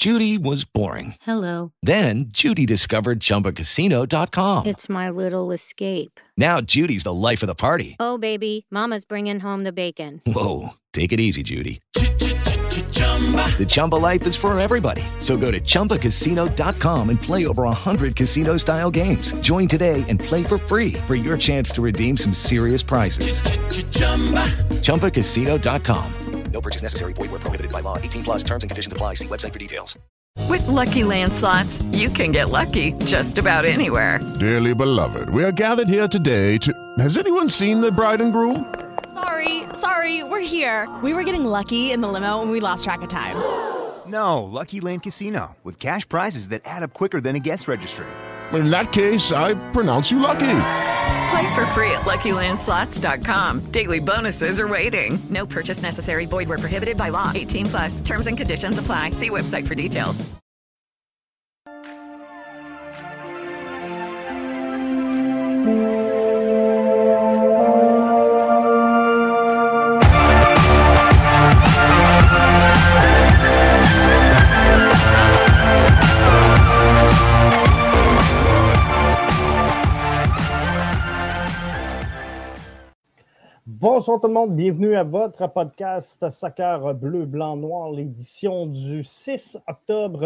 Judy was boring. Hello. Then Judy discovered ChumbaCasino.com. It's my little escape. Now Judy's the life of the party. Oh, baby, mama's bringing home the bacon. Whoa, take it easy, Judy. The Chumba life is for everybody. So go to ChumbaCasino.com and play over 100 casino-style games. Join today and play for free for your chance to redeem some serious prizes. ChumbaCasino.com. No purchase necessary. Void where prohibited by law. 18 plus terms and conditions apply. See website for details. With Lucky Land Slots, you can get lucky just about anywhere. Dearly beloved, we are gathered here today to... Has anyone seen the bride and groom? Sorry, we're here. We were getting lucky in the limo and we lost track of time. No, Lucky Land Casino, with cash prizes that add up quicker than a guest registry. In that case, I pronounce you lucky. Play for free at LuckyLandSlots.com. Daily bonuses are waiting. No purchase necessary. Void where prohibited by law. 18 plus. Terms and conditions apply. See website for details. Bonsoir tout le monde, bienvenue à votre podcast Soccer Bleu, Blanc, Noir, l'édition du 6 octobre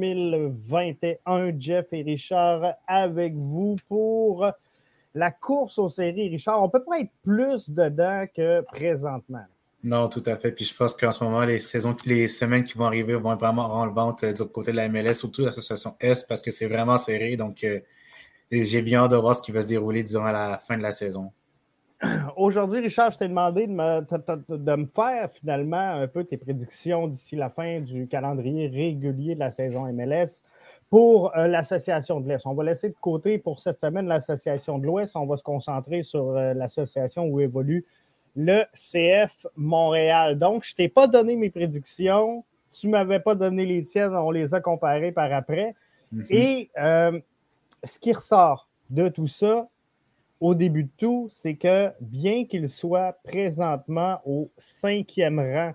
2021. Jeff et Richard avec vous pour la course aux séries. Richard, on peut pas être plus dedans que présentement. Non, tout à fait. Puis je pense qu'en ce moment, les semaines qui vont arriver vont être vraiment relevantes du côté de la MLS, surtout l'association Est, parce que c'est vraiment serré. Donc, j'ai bien hâte de voir ce qui va se dérouler durant la fin de la saison. Aujourd'hui, Richard, je t'ai demandé de me faire finalement un peu tes prédictions d'ici la fin du calendrier régulier de la saison MLS pour l'association de l'Est. On va laisser de côté pour cette semaine l'association de l'Ouest. On va se concentrer sur l'association où évolue le CF Montréal. Donc, je ne t'ai pas donné mes prédictions. Tu ne m'avais pas donné les tiennes. On les a comparées par après. Mm-hmm. Et ce qui ressort de tout ça, au début de tout, c'est que bien qu'il soit présentement au 5e rang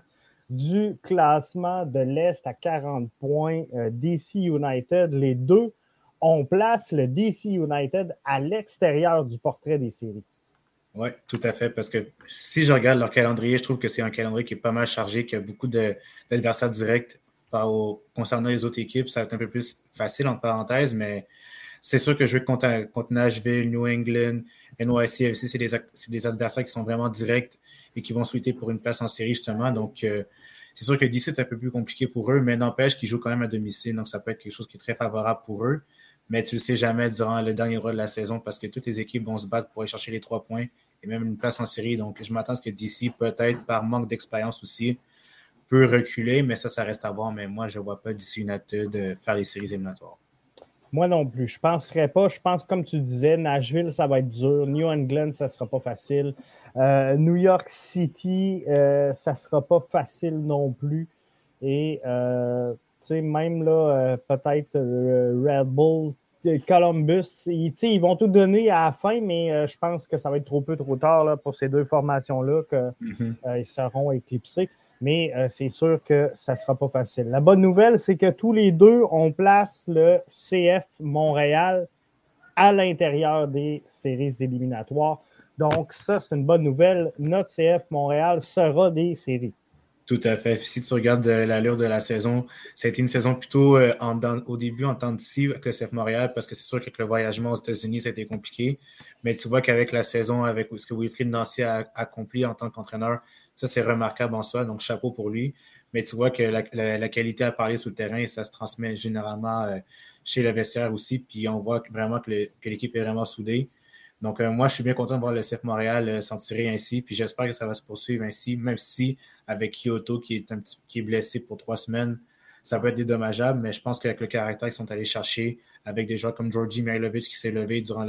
du classement de l'Est à 40 points, DC United, les deux, on place le DC United à l'extérieur du portrait des séries. Oui, tout à fait, parce que si je regarde leur calendrier, je trouve que c'est un calendrier qui est pas mal chargé, qui a beaucoup d'adversaires directs concernant les autres équipes. Ça va être un peu plus facile, entre parenthèses, mais c'est sûr que jouer contre Nashville, New England, NYCFC, c'est des adversaires qui sont vraiment directs et qui vont se lutter pour une place en série, justement. Donc, c'est sûr que DC est un peu plus compliqué pour eux, mais n'empêche qu'ils jouent quand même à domicile. Donc, ça peut être quelque chose qui est très favorable pour eux. Mais tu le sais jamais durant le dernier mois de la saison parce que toutes les équipes vont se battre pour aller chercher les 3 points et même une place en série. Donc, je m'attends à ce que DC, peut-être par manque d'expérience aussi, peut reculer, mais ça reste à voir. Mais moi, je ne vois pas DC United faire les séries éliminatoires. Moi non plus. Je ne penserais pas. Je pense, comme tu disais, Nashville, ça va être dur. New England, ça ne sera pas facile. New York City, ça ne sera pas facile non plus. Et, tu sais, même là, peut-être Red Bull, Columbus, ils vont tout donner à la fin, mais je pense que ça va être trop tard là, pour ces deux formations-là qu'ils seront éclipsés. Mais c'est sûr que ça ne sera pas facile. La bonne nouvelle, c'est que tous les deux, on place le CF Montréal à l'intérieur des séries éliminatoires. Donc, ça, c'est une bonne nouvelle. Notre CF Montréal sera des séries. Tout à fait. Puis si tu regardes l'allure de la saison, ça a été une saison plutôt au début en temps d'ici avec le CF Montréal, parce que c'est sûr qu'avec le voyagement aux États-Unis, ça a été compliqué. Mais tu vois qu'avec la saison, avec ce que Wilfried Nancy a accompli en tant qu'entraîneur, ça, c'est remarquable en soi, donc chapeau pour lui. Mais tu vois que la qualité à parler sur le terrain, ça se transmet généralement chez le vestiaire aussi. Puis on voit vraiment que l'équipe est vraiment soudée. Donc moi, je suis bien content de voir le CF Montréal s'en tirer ainsi. Puis j'espère que ça va se poursuivre ainsi, même si avec Kyoto qui est blessé pour 3 semaines, ça peut être dédommageable. Mais je pense qu'avec le caractère qu'ils sont allés chercher, avec des joueurs comme Georgi Mihailovic qui s'est levé durant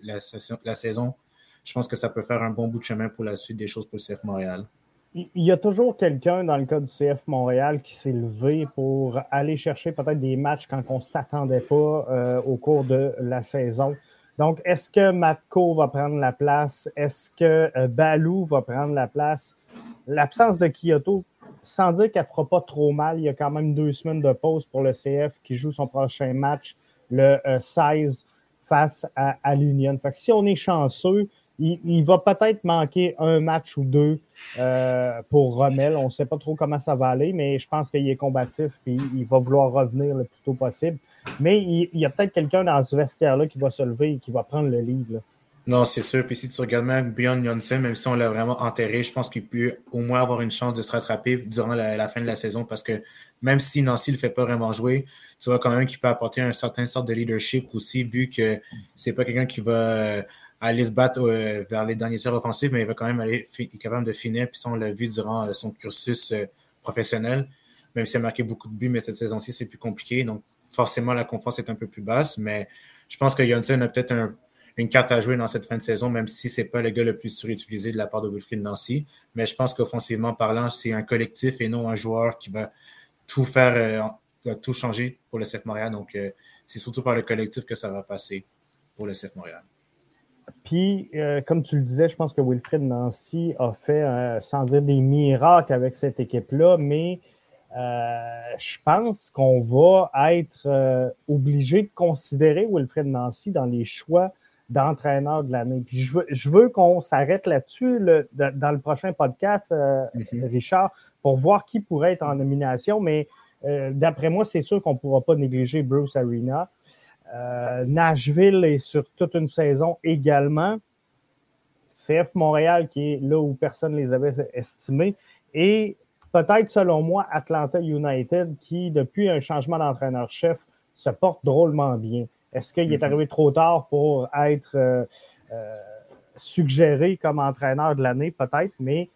la saison, je pense que ça peut faire un bon bout de chemin pour la suite des choses pour le CF Montréal. Il y a toujours quelqu'un dans le cas du CF Montréal qui s'est levé pour aller chercher peut-être des matchs quand on ne s'attendait pas au cours de la saison. Donc, est-ce que Matko va prendre la place? Est-ce que Balou va prendre la place? L'absence de Kyoto, sans dire qu'elle ne fera pas trop mal, il y a quand même 2 semaines de pause pour le CF qui joue son prochain match le 16 face à l'Union. Fait que si on est chanceux, il va peut-être manquer un match ou 2 pour Rommel. On ne sait pas trop comment ça va aller, mais je pense qu'il est combatif et il va vouloir revenir le plus tôt possible. Mais il y a peut-être quelqu'un dans ce vestiaire-là qui va se lever et qui va prendre le lead, là. Non, c'est sûr. Puis si tu regardes même Bjorn Johnson, même si on l'a vraiment enterré, je pense qu'il peut au moins avoir une chance de se rattraper durant la fin de la saison parce que même si Nancy ne le fait pas vraiment jouer, tu vois quand même qu'il peut apporter un certain sorte de leadership aussi, vu que c'est pas quelqu'un qui va aller se battre vers les derniers tirs offensifs, mais il va quand même être capable de finir. Puis ça, on l'a vu durant son cursus professionnel, même s'il a marqué beaucoup de buts, mais cette saison-ci, c'est plus compliqué. Donc, forcément, la confiance est un peu plus basse, mais je pense que Johnson a peut-être une carte à jouer dans cette fin de saison, même si c'est pas le gars le plus surutilisé de la part de Wilfried Nancy. Mais je pense qu'offensivement parlant, c'est un collectif et non un joueur qui va tout faire, tout changer pour le CF Montréal. Donc, c'est surtout par le collectif que ça va passer pour le CF Montréal. Puis, comme tu le disais, je pense que Wilfried Nancy a fait, sans dire des miracles avec cette équipe-là, mais je pense qu'on va être obligé de considérer Wilfried Nancy dans les choix d'entraîneur de l'année. Puis je veux qu'on s'arrête là-dessus dans le prochain podcast, Richard, pour voir qui pourrait être en nomination. Mais d'après moi, c'est sûr qu'on ne pourra pas négliger Bruce Arena. Nashville est sur toute une saison également. CF Montréal qui est là où personne ne les avait estimés. Et peut-être, selon moi, Atlanta United qui, depuis un changement d'entraîneur-chef, se porte drôlement bien. Est-ce qu'il est arrivé trop tard pour être suggéré comme entraîneur de l'année? Peut-être, mais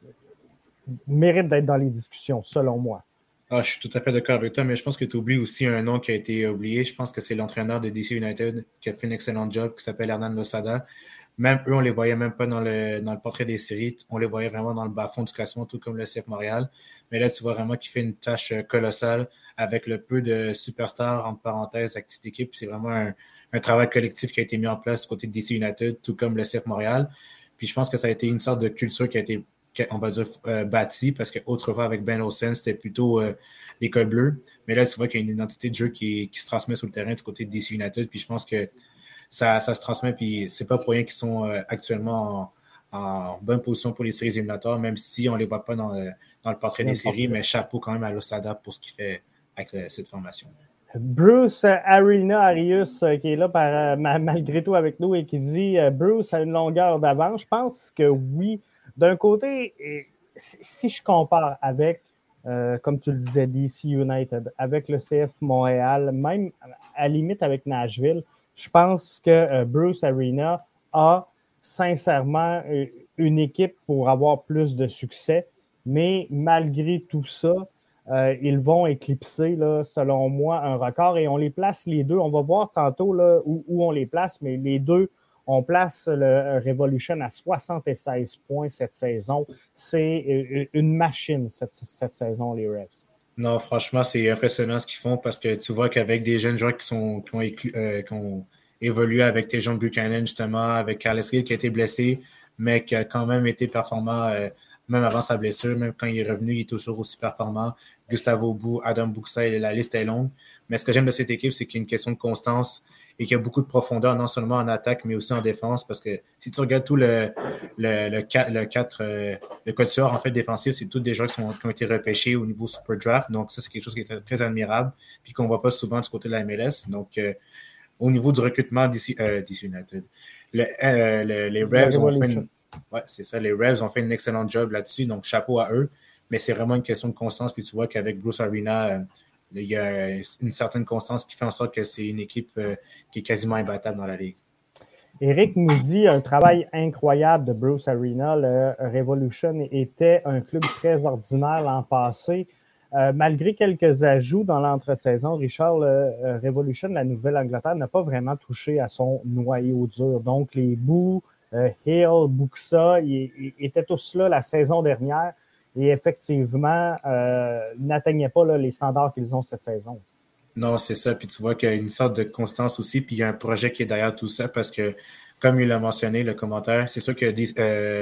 mérite d'être dans les discussions, selon moi. Ah, je suis tout à fait d'accord avec toi, mais je pense que tu oublies aussi un nom qui a été oublié. Je pense que c'est l'entraîneur de DC United qui a fait un excellent job, qui s'appelle Hernan Losada. Même eux, on les voyait même pas dans le portrait des séries. On les voyait vraiment dans le bas-fond du classement, tout comme le CF Montréal. Mais là, tu vois vraiment qu'il fait une tâche colossale avec le peu de superstars, entre parenthèses, avec cette équipe. C'est vraiment un travail collectif qui a été mis en place côté de DC United, tout comme le CF Montréal. Puis je pense que ça a été une sorte de culture qui a été, on va dire, bâtie, parce qu'autrefois, avec Ben Olsen, c'était plutôt l'école bleue. Mais là, tu vois qu'il y a une identité de jeu qui se transmet sur le terrain du côté de DC United. Puis je pense que ça se transmet, puis c'est pas pour rien qu'ils sont actuellement en bonne position pour les séries éliminatoires, même si on les voit pas dans le portrait des séries, mais chapeau quand même à Losada pour ce qu'il fait avec cette formation. Bruce Arena Arius qui est là malgré tout avec nous et qui dit Bruce a une longueur d'avance. Je pense que oui. D'un côté, si je compare avec, comme tu le disais, DC United, avec le CF Montréal, même à la limite avec Nashville, je pense que Bruce Arena a sincèrement une équipe pour avoir plus de succès, mais malgré tout ça, ils vont éclipser, là, selon moi, un record et on les place les deux. On va voir tantôt là, où on les place, mais les deux, on place le Revolution à 76 points cette saison. C'est une machine cette saison, les Revs. Non, franchement, c'est impressionnant ce qu'ils font parce que tu vois qu'avec des jeunes joueurs qui ont évolué avec Tejon Buchanan, justement, avec Carles Gill qui a été blessé, mais qui a quand même été performant même avant sa blessure, même quand il est revenu, il est toujours aussi performant. Gustavo Bou, Adam Buxa, la liste est longue. Mais ce que j'aime de cette équipe, c'est qu'il y a une question de constance et qu'il y a beaucoup de profondeur, non seulement en attaque, mais aussi en défense, parce que si tu regardes tout le quatuor en fait défensif, c'est tous des joueurs qui ont été repêchés au niveau Super Draft. Donc ça, c'est quelque chose qui est très admirable, puis qu'on voit pas souvent du côté de la MLS. Donc au niveau du recrutement DC United, les Revs ont fait les Revs ont fait un excellent job là-dessus, donc chapeau à eux. Mais c'est vraiment une question de constance, puis tu vois qu'avec Bruce Arena, il y a une certaine constance qui fait en sorte que c'est une équipe qui est quasiment imbattable dans la Ligue. Éric nous dit un travail incroyable de Bruce Arena. Le Revolution était un club très ordinaire l'an passé. Malgré quelques ajouts dans l'entre-saison, Richard, le Revolution de la Nouvelle-Angleterre n'a pas vraiment touché à son noyau dur. Donc, les Bou, Hill, Buxa, ils étaient tous là la saison dernière. Et effectivement, n'atteignaient pas là, les standards qu'ils ont cette saison. Non, c'est ça. Puis tu vois qu'il y a une sorte de constance aussi. Puis il y a un projet qui est derrière tout ça parce que, comme il l'a mentionné, le commentaire, c'est sûr que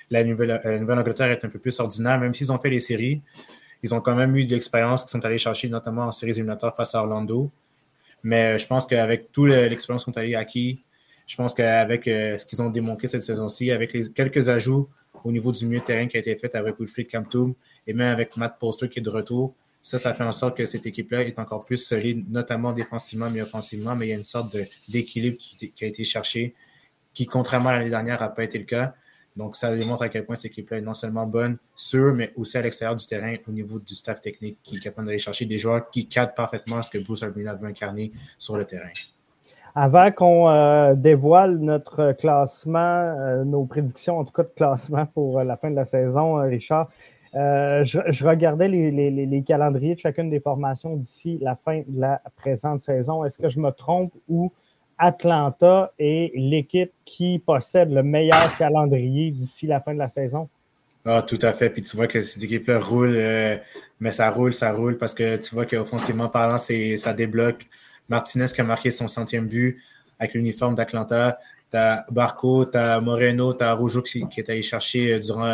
la Nouvelle-Angleterre est un peu plus ordinaire, même s'ils ont fait les séries. Ils ont quand même eu de l'expérience qu'ils sont allés chercher, notamment en séries éliminatoires face à Orlando. Mais je pense qu'avec toute l'expérience qu'ils ont allé acquis, je pense qu'avec ce qu'ils ont démontré cette saison-ci, avec les quelques ajouts au niveau du milieu de terrain qui a été fait avec Wilfried Kamptoum et même avec Matt Polster qui est de retour, ça fait en sorte que cette équipe-là est encore plus solide, notamment défensivement, mais offensivement. Mais il y a une sorte d'équilibre qui a été cherché, qui, contrairement à l'année dernière, n'a pas été le cas. Donc, ça démontre à quel point cette équipe-là est non seulement bonne, sûre, mais aussi à l'extérieur du terrain, au niveau du staff technique, qui est capable d'aller chercher des joueurs qui cadrent parfaitement ce que Bruce Arena veut incarner sur le terrain. Avant qu'on dévoile notre classement, nos prédictions, en tout cas de classement pour la fin de la saison, Richard, je regardais les calendriers de chacune des formations d'ici la fin de la présente saison. Est-ce que je me trompe ou Atlanta est l'équipe qui possède le meilleur calendrier d'ici la fin de la saison? Ah, tout à fait. Puis tu vois que cette équipe-là roule, mais ça roule parce que tu vois qu'offensivement parlant, ça débloque. Martinez qui a marqué son 100e but avec l'uniforme d'Atlanta. T'as Barco, t'as Moreno, t'as Rougeau qui est allé chercher durant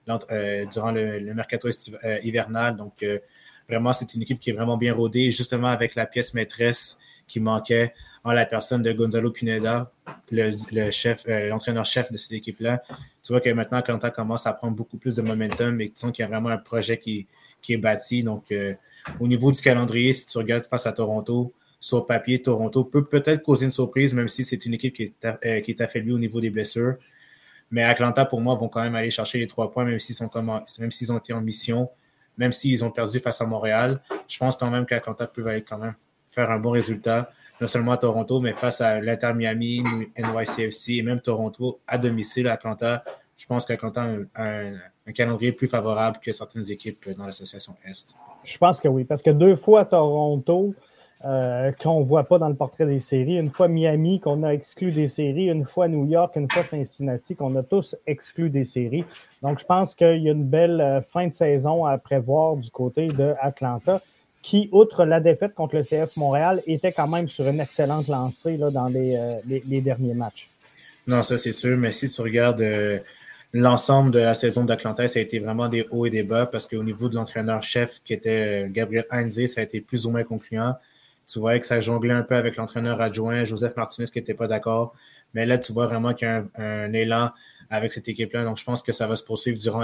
le mercato hivernal. Donc, vraiment, c'est une équipe qui est vraiment bien rodée. Justement, avec la pièce maîtresse qui manquait en la personne de Gonzalo Pineda, l'entraîneur-chef de cette équipe-là. Tu vois que maintenant, Atlanta commence à prendre beaucoup plus de momentum et tu sens qu'il y a vraiment un projet qui est bâti. Donc, au niveau du calendrier, si tu regardes face à Toronto, sur papier, Toronto peut peut-être causer une surprise, même si c'est une équipe qui est affaiblie au niveau des blessures. Mais Atlanta, pour moi, vont quand même aller chercher les 3 points, même s'ils ont été en mission, même s'ils ont perdu face à Montréal. Je pense quand même qu'Atlanta peut aller quand même faire un bon résultat, non seulement à Toronto, mais face à l'Inter Miami, NYCFC et même Toronto à domicile à Atlanta. Je pense qu'Atlanta a un calendrier plus favorable que certaines équipes dans l'association Est. Je pense que oui, parce que 2 fois Toronto, qu'on ne voit pas dans le portrait des séries, une fois Miami qu'on a exclu des séries, une fois New York, une fois Cincinnati qu'on a tous exclu des séries. Donc, je pense qu'il y a une belle fin de saison à prévoir du côté de Atlanta, qui, outre la défaite contre le CF Montréal, était quand même sur une excellente lancée là, dans les derniers matchs. Non, ça c'est sûr, mais si tu regardes l'ensemble de la saison d'Atlanta, ça a été vraiment des hauts et des bas parce qu'au niveau de l'entraîneur-chef qui était Gabriel Heinze, ça a été plus ou moins concluant. Tu voyais que ça jonglait un peu avec l'entraîneur adjoint, Joseph Martinez, qui n'était pas d'accord. Mais là, tu vois vraiment qu'il y a un élan avec cette équipe-là. Donc, je pense que ça va se poursuivre durant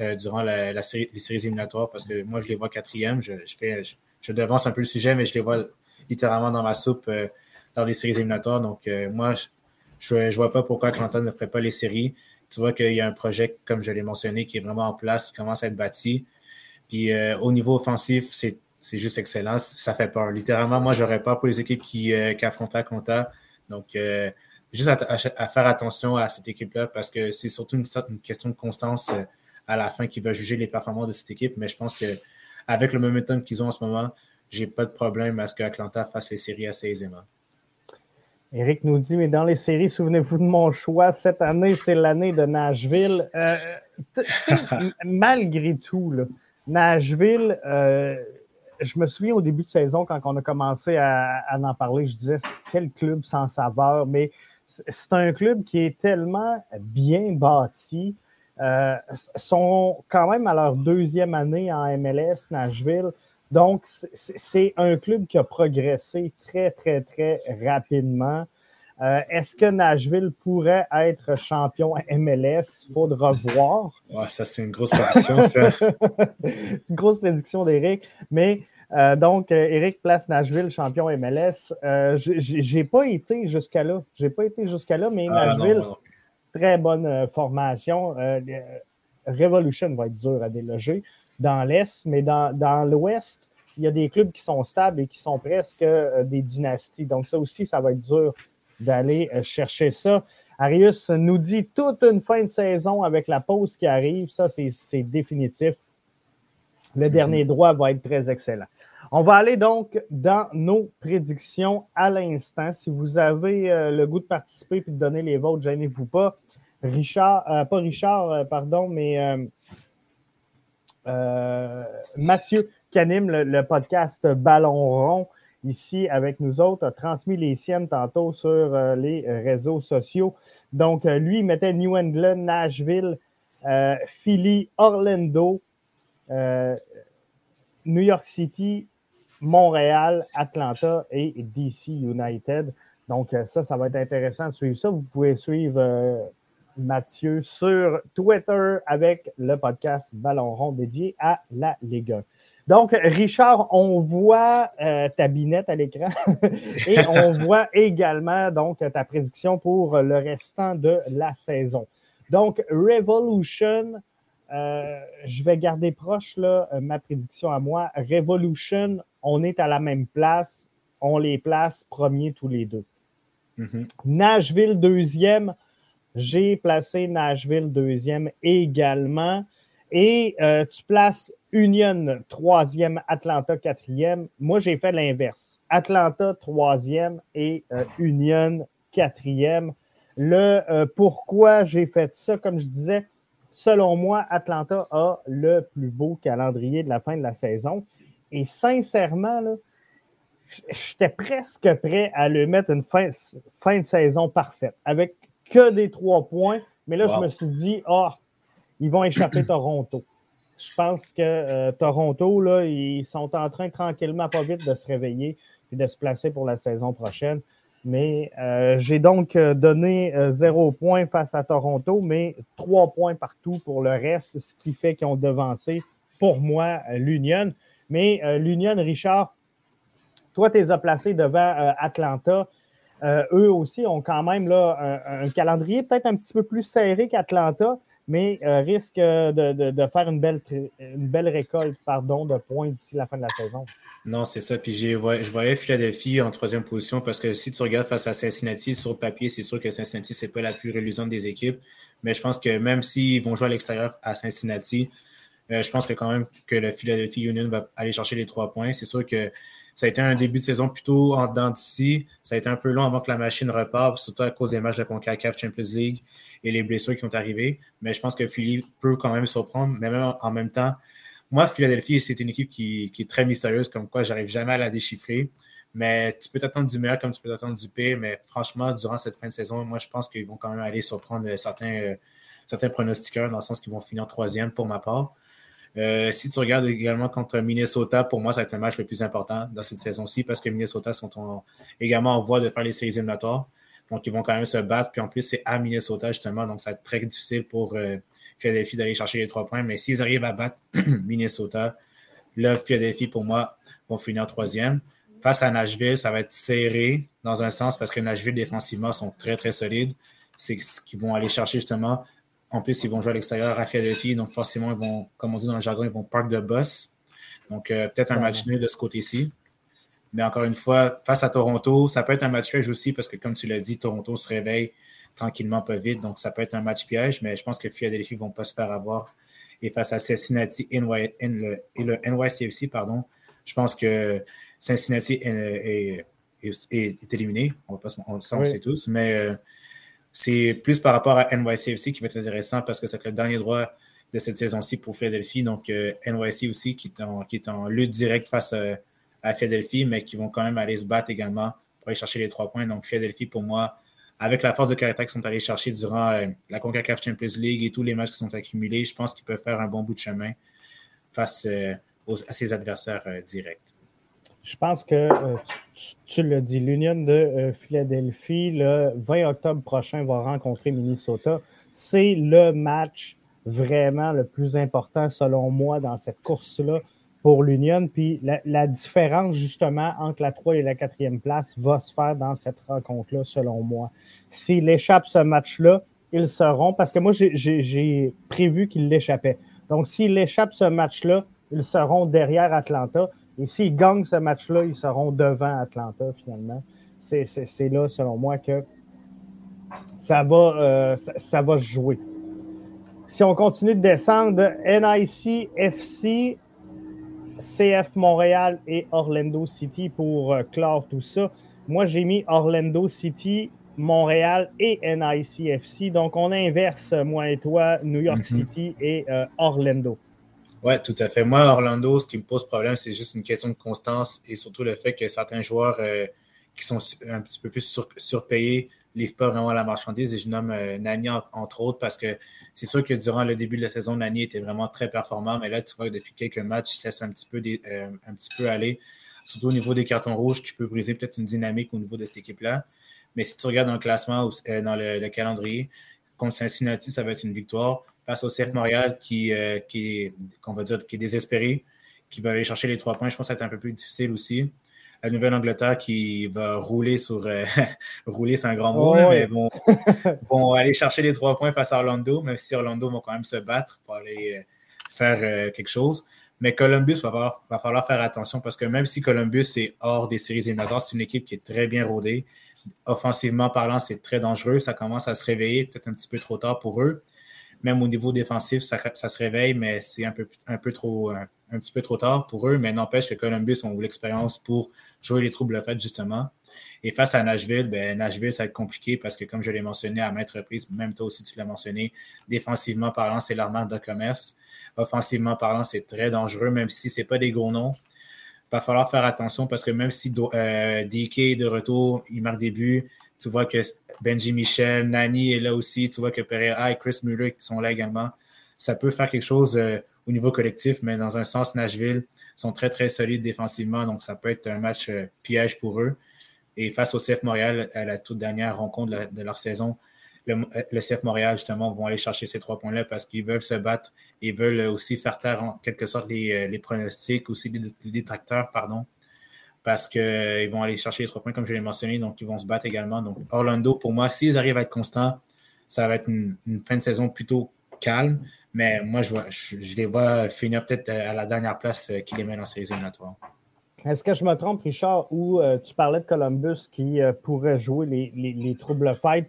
les séries éliminatoires parce que moi, je les vois 4e. Je devance un peu le sujet, mais je les vois littéralement dans ma soupe dans les séries éliminatoires. Donc, moi, je vois pas pourquoi Atlanta ne ferait pas les séries. Tu vois qu'il y a un projet, comme je l'ai mentionné, qui est vraiment en place, qui commence à être bâti. Puis, au niveau offensif, c'est juste excellent. Ça fait peur. Littéralement, moi, j'aurais peur pour les équipes qui affrontent Atlanta. Donc, juste à faire attention à cette équipe-là parce que c'est surtout une question de constance à la fin qui va juger les performances de cette équipe. Mais je pense qu'avec le momentum qu'ils ont en ce moment, j'ai pas de problème à ce qu'Atlanta fasse les séries assez aisément. Éric nous dit, mais dans les séries, souvenez-vous de mon choix. Cette année, c'est l'année de Nashville. Malgré tout, là, Nashville... je me souviens au début de saison, quand on a commencé à en parler, je disais, quel club sans saveur, mais c'est un club qui est tellement bien bâti. Sont quand même à leur 2e année en MLS, Nashville. Donc, c'est un club qui a progressé très, très, très rapidement. Est-ce que Nashville pourrait être champion MLS? Il faudra voir. Ouais, ça, c'est une grosse prédiction, ça. Une grosse prédiction d'Éric. Mais donc, Éric place Nashville champion MLS. J'ai pas été jusqu'à là. Mais Nashville, non. Très bonne formation. Revolution va être dur à déloger dans l'Est, mais dans l'Ouest, il y a des clubs qui sont stables et qui sont presque des dynasties. Donc, ça aussi, ça va être dur d'aller chercher ça. Arius nous dit toute une fin de saison avec la pause qui arrive. Ça, c'est définitif. Le dernier droit va être très excellent. On va aller donc dans nos prédictions à l'instant. Si vous avez le goût de participer et de donner les vôtres, gênez-vous pas. Mathieu, qui anime le podcast Ballon Rond, ici avec nous autres, a transmis les siennes tantôt sur les réseaux sociaux. Donc, lui, il mettait New England, Nashville Philly, Orlando, New York City, Montréal, Atlanta et DC United. Donc, ça va être intéressant de suivre ça. Vous pouvez suivre Mathieu sur Twitter avec le podcast Ballon rond dédié à la Ligue 1. Donc, Richard, on voit ta binette à l'écran et on voit également donc ta prédiction pour le restant de la saison. Donc, Revolution, je vais garder proche là, ma prédiction à moi. Revolution, on est à la même place. On les place premiers tous les deux. Mm-hmm. Nashville, deuxième. J'ai placé Nashville deuxième également. Et tu places Union troisième, Atlanta quatrième. Moi, j'ai fait l'inverse. Atlanta troisième et Union quatrième. Pourquoi j'ai fait ça, comme je disais, selon moi, Atlanta a le plus beau calendrier de la fin de la saison. Et sincèrement, là, j'étais presque prêt à le mettre une fin de saison parfaite, avec que des 3 points. Mais là, je me suis dit, ils vont échapper Toronto. Je pense que Toronto, là, ils sont en train tranquillement, pas vite, de se réveiller et de se placer pour la saison prochaine. Mais j'ai donc donné 0 points face à Toronto, mais 3 points partout pour le reste, ce qui fait qu'ils ont devancé, pour moi, l'Union. Mais l'Union, Richard, toi, tu les as placés devant Atlanta. Eux aussi ont quand même là, un calendrier peut-être un petit peu plus serré qu'Atlanta, mais risque de faire une belle récolte de points d'ici la fin de la saison. Non, c'est ça. Puis je voyais Philadelphie en troisième position parce que si tu regardes face à Cincinnati, sur le papier, c'est sûr que Cincinnati, c'est pas la plus reluisante des équipes. Mais je pense que même s'ils vont jouer à l'extérieur à Cincinnati, je pense que quand même que le Philadelphia Union va aller chercher les 3 points. C'est sûr que ça a été un début de saison plutôt en dents d'ici. Ça a été un peu long avant que la machine reparte, surtout à cause des matchs de CONCACAF Champions League et les blessures qui ont arrivé. Mais je pense que Philly peut quand même surprendre. Mais même en même temps, moi, Philadelphie, c'est une équipe qui est très mystérieuse, comme quoi j'arrive jamais à la déchiffrer. Mais tu peux t'attendre du meilleur comme tu peux t'attendre du pire. Mais franchement, durant cette fin de saison, moi, je pense qu'ils vont quand même aller surprendre certains pronostiqueurs dans le sens qu'ils vont finir 3e pour ma part. Si tu regardes également contre Minnesota, pour moi, ça va être le match le plus important dans cette saison-ci parce que Minnesota sont également en voie de faire les séries éliminatoires. Donc, ils vont quand même se battre. Puis en plus, c'est à Minnesota, justement. Donc, ça va être très difficile pour Philadelphie d'aller chercher les 3 points. Mais s'ils arrivent à battre Minnesota, là, Philadelphie, pour moi, vont finir 3e. Face à Nashville, ça va être serré dans un sens parce que Nashville, défensivement, sont très, très solides. C'est ce qu'ils vont aller chercher, justement. En plus, ils vont jouer à l'extérieur à Philadelphie. Donc, forcément, ils vont, comme on dit dans le jargon, ils vont park the bus. Donc, peut-être un match nul de ce côté-ci. Mais encore une fois, face à Toronto, ça peut être un match piège aussi parce que, comme tu l'as dit, Toronto se réveille tranquillement, pas vite. Donc, ça peut être un match piège. Mais je pense que Philadelphie ne vont pas se faire avoir. Et face à Cincinnati et le NYCFC, je pense que Cincinnati est éliminé. On le sait, on le sait tous. Mais c'est plus par rapport à NYCFC qui va être intéressant parce que c'est le dernier droit de cette saison-ci pour Philadelphie. Donc, NYC aussi qui est en lutte directe face à Philadelphie, mais qui vont quand même aller se battre également pour aller chercher les 3 points. Donc, Philadelphie, pour moi, avec la force de caractère qu'ils sont allés chercher durant la CONCACAF Champions League et tous les matchs qui sont accumulés, je pense qu'ils peuvent faire un bon bout de chemin face à ses adversaires directs. Je pense que tu l'as dit, l'Union de Philadelphie, le 20 octobre prochain, va rencontrer Minnesota. C'est le match vraiment le plus important, selon moi, dans cette course-là pour l'Union. Puis la différence, justement, entre la 3 et la 4e place va se faire dans cette rencontre-là, selon moi. S'il échappe ce match-là, ils seront, parce que moi, j'ai prévu qu'il l'échappait. Donc, s'il échappe ce match-là, ils seront derrière Atlanta. Et s'ils gagnent ce match-là, ils seront devant Atlanta, finalement. C'est là, selon moi, que ça va se jouer. Si on continue de descendre, NIC, FC, CF Montréal et Orlando City pour clore tout ça. Moi, j'ai mis Orlando City, Montréal et NIC FC. Donc, on inverse, moi et toi, New York City et Orlando. Oui, tout à fait. Moi, Orlando, ce qui me pose problème, c'est juste une question de constance et surtout le fait que certains joueurs qui sont un petit peu plus surpayés livre pas vraiment la marchandise et je nomme Nani entre autres parce que c'est sûr que durant le début de la saison, Nani était vraiment très performant, mais là, tu vois que depuis quelques matchs, il se laisse un petit peu aller, surtout au niveau des cartons rouges qui peut briser peut-être une dynamique au niveau de cette équipe-là. Mais si tu regardes dans le classement, dans le calendrier, contre Cincinnati, ça va être une victoire. Face au CF Montréal qui est désespéré, qui va aller chercher les 3 points, je pense que ça va être un peu plus difficile aussi. La Nouvelle-Angleterre qui va rouler sur... rouler, c'est un grand mot, mais vont aller chercher les 3 points face à Orlando, même si Orlando vont quand même se battre pour aller faire quelque chose. Mais Columbus va falloir faire attention parce que même si Columbus est hors des séries éliminatoires, c'est une équipe qui est très bien rodée. Offensivement parlant, c'est très dangereux. Ça commence à se réveiller, peut-être un petit peu trop tard pour eux. Même au niveau défensif, ça se réveille, mais c'est un petit peu trop tard pour eux. Mais n'empêche que Columbus ont l'expérience pour jouer les troubles faits, justement. Et face à Nashville, Nashville, ça va être compliqué parce que, comme je l'ai mentionné à maintes reprises, même toi aussi tu l'as mentionné, défensivement parlant, c'est leur marque de commerce. Offensivement parlant, c'est très dangereux, même si ce n'est pas des gros noms. Il va falloir faire attention parce que même si DK est de retour, il marque des buts, tu vois que Benji Michel, Nani est là aussi, tu vois que Pereira et Chris Muller qui sont là également. Ça peut faire quelque chose au niveau collectif, mais dans un sens, Nashville sont très, très solides défensivement, donc ça peut être un match piège pour eux. Et face au CF Montréal, à la toute dernière rencontre de leur saison, le CF Montréal, justement, vont aller chercher ces 3 points-là parce qu'ils veulent se battre et veulent aussi faire taire en quelque sorte les pronostics, aussi les détracteurs, parce qu'ils vont aller chercher les 3 points, comme je l'ai mentionné, donc ils vont se battre également. Donc Orlando, pour moi, s'ils arrivent à être constants, ça va être une fin de saison plutôt calme, mais moi, je les vois finir peut-être à la dernière place qui les mène en séries éliminatoires. Est-ce que je me trompe, Richard, où tu parlais de Columbus qui pourrait jouer les troubles fight?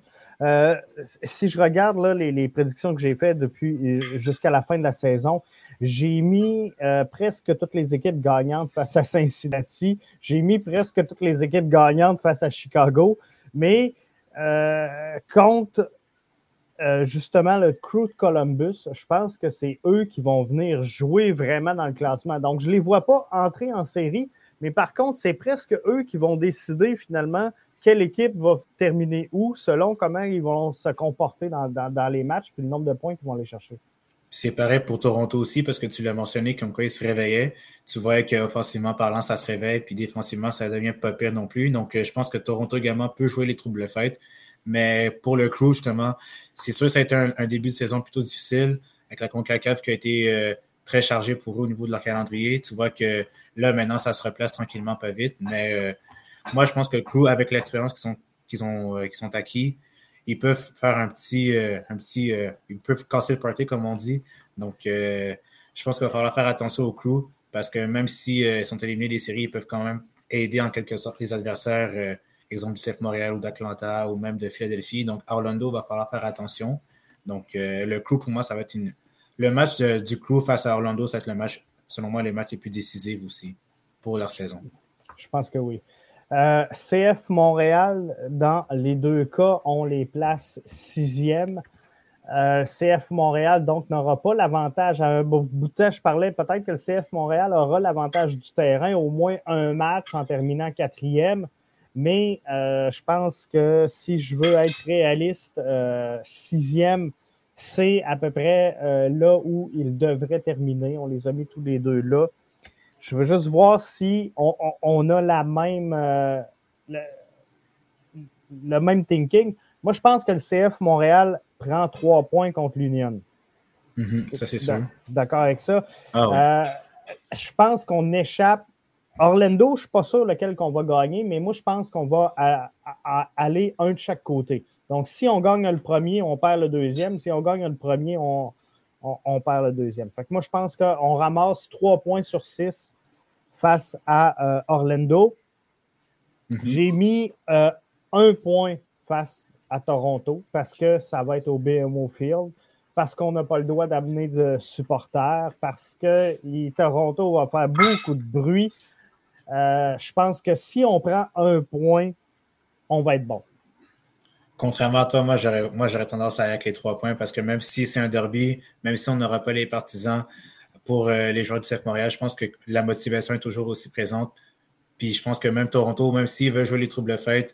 Si je regarde là, les prédictions que j'ai faites depuis jusqu'à la fin de la saison, j'ai mis presque toutes les équipes gagnantes face à Cincinnati. J'ai mis presque toutes les équipes gagnantes face à Chicago. Mais contre justement le Crew de Columbus, je pense que c'est eux qui vont venir jouer vraiment dans le classement. Donc, je ne les vois pas entrer en série. Mais par contre, c'est presque eux qui vont décider finalement quelle équipe va terminer où selon comment ils vont se comporter dans les matchs puis le nombre de points qu'ils vont aller chercher. C'est pareil pour Toronto aussi parce que tu l'as mentionné comme quoi ils se réveillaient. Tu voyais qu'offensivement parlant, ça se réveille puis défensivement, ça devient pas pire non plus. Donc, je pense que Toronto également peut jouer les troubles fêtes. Mais pour le Crew, justement, c'est sûr que ça a été un début de saison plutôt difficile avec la CONCACAF qui a été très chargée pour eux au niveau de leur calendrier. Tu vois que là, maintenant, ça se replace tranquillement, pas vite. Mais moi, je pense que le Crew, avec l'expérience qu'ils sont acquis, ils peuvent faire ils peuvent casser le party, comme on dit. Donc, je pense qu'il va falloir faire attention au Crew parce que même s'ils sont éliminés des séries, ils peuvent quand même aider en quelque sorte les adversaires, exemple du CF Montréal ou d'Atlanta ou même de Philadelphie. Donc, Orlando va falloir faire attention. Donc, le Crew, pour moi, ça va être le match du Crew face à Orlando, ça va être le match, selon moi, les matchs les plus décisifs aussi pour leur saison. Je pense que oui. CF Montréal, dans les deux cas, on les place 6e. CF Montréal, donc, n'aura pas l'avantage. À un bout de temps, je parlais peut-être que le CF Montréal aura l'avantage du terrain, au moins un match en terminant 4e. Mais je pense que si je veux être réaliste, 6e, c'est à peu près là où ils devraient terminer. On les a mis tous les deux là. Je veux juste voir si on a la même le même thinking. Moi, je pense que le CF Montréal prend 3 points contre l'Union. Ça, c'est sûr. D'accord avec ça. Ah, oui. Je pense qu'on échappe. Orlando, je ne suis pas sûr lequel qu'on va gagner, mais moi, je pense qu'on va aller un de chaque côté. Donc, si on gagne le premier, on perd le deuxième. Si on gagne le premier, on perd le deuxième. Fait que moi, je pense qu'on ramasse 3 points sur 6 face à Orlando. J'ai mis 1 point face à Toronto parce que ça va être au BMO Field, parce qu'on n'a pas le droit d'amener de supporters, parce que Toronto va faire beaucoup de bruit. Je pense que si on prend 1 point, on va être bon. Contrairement à toi, moi, j'aurais tendance à aller avec les 3 points parce que même si c'est un derby, même si on n'aura pas les partisans pour les joueurs du CF Montréal, je pense que la motivation est toujours aussi présente. Puis je pense que même Toronto, même s'ils veulent jouer les troubles fêtes,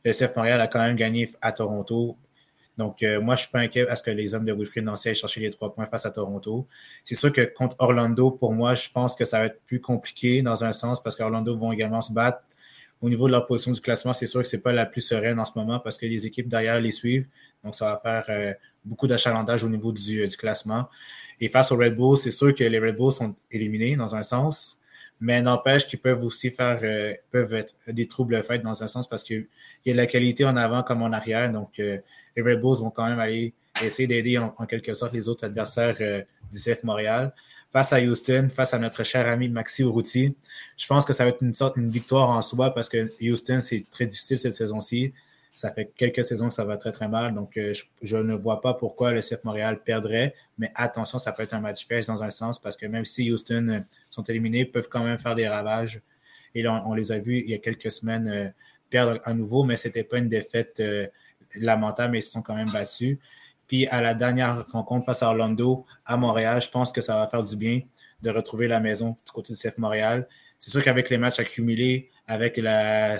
le CF Montréal a quand même gagné à Toronto. Donc, moi, je suis pas inquiet à ce que les hommes de Wilfried Nancy aillent chercher les 3 points face à Toronto. C'est sûr que contre Orlando, pour moi, je pense que ça va être plus compliqué dans un sens parce qu'Orlando vont également se battre. Au niveau de leur position du classement, c'est sûr que c'est pas la plus sereine en ce moment parce que les équipes derrière les suivent. Donc, ça va faire beaucoup d'achalandage au niveau du classement. Et face aux Red Bulls, c'est sûr que les Red Bulls sont éliminés dans un sens, mais n'empêche qu'ils peuvent aussi peuvent être des troubles faits dans un sens parce qu'il y a de la qualité en avant comme en arrière. Donc, les Red Bulls vont quand même aller essayer d'aider en quelque sorte les autres adversaires du CF Montréal. Face à Houston, face à notre cher ami Maxi Urruti, je pense que ça va être une victoire en soi parce que Houston, c'est très difficile cette saison-ci. Ça fait quelques saisons que ça va très, très mal. Donc, je ne vois pas pourquoi le CF Montréal perdrait. Mais attention, ça peut être un match piège dans un sens parce que même si Houston sont éliminés, ils peuvent quand même faire des ravages. Et là, on les a vus il y a quelques semaines perdre à nouveau, mais c'était pas une défaite lamentable, mais ils se sont quand même battus. Puis à la dernière rencontre face à Orlando, à Montréal, je pense que ça va faire du bien de retrouver la maison du côté du CF Montréal. C'est sûr qu'avec les matchs accumulés, avec le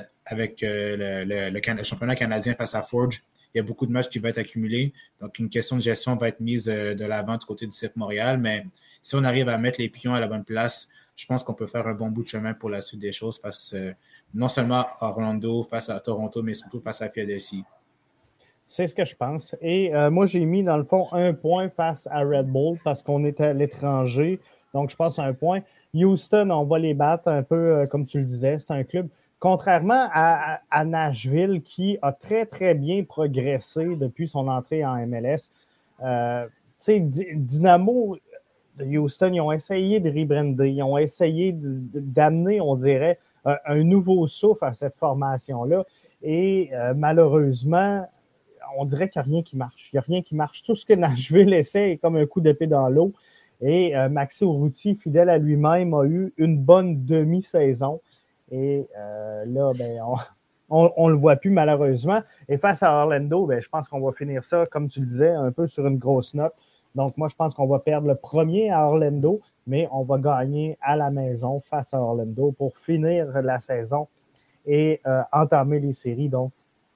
championnat canadien face à Forge, il y a beaucoup de matchs qui vont être accumulés. Donc, une question de gestion va être mise de l'avant du côté du CF Montréal. Mais si on arrive à mettre les pions à la bonne place, je pense qu'on peut faire un bon bout de chemin pour la suite des choses face non seulement à Orlando, face à Toronto, mais surtout face à Philadelphie. C'est ce que je pense. Et moi, j'ai mis, dans le fond, 1 point face à Red Bull parce qu'on était à l'étranger. Donc, je pense 1 point. Houston, on va les battre un peu, comme tu le disais. C'est un club, contrairement à Nashville, qui a très, très bien progressé depuis son entrée en MLS. Tu sais, Dynamo de Houston, ils ont essayé de rebrander. Ils ont essayé d'amener, on dirait, un nouveau souffle à cette formation-là. Et malheureusement, on dirait qu'il n'y a rien qui marche. Il n'y a rien qui marche. Tout ce que Nashville essaie est comme un coup d'épée dans l'eau. Et Maxi Urruti, fidèle à lui-même, a eu une bonne demi-saison. Et là, ben, on le voit plus malheureusement. Et face à Orlando, ben, je pense qu'on va finir ça, comme tu le disais, un peu sur une grosse note. Donc, moi, je pense qu'on va perdre le premier à Orlando, mais on va gagner à la maison face à Orlando pour finir la saison et entamer les séries. Donc,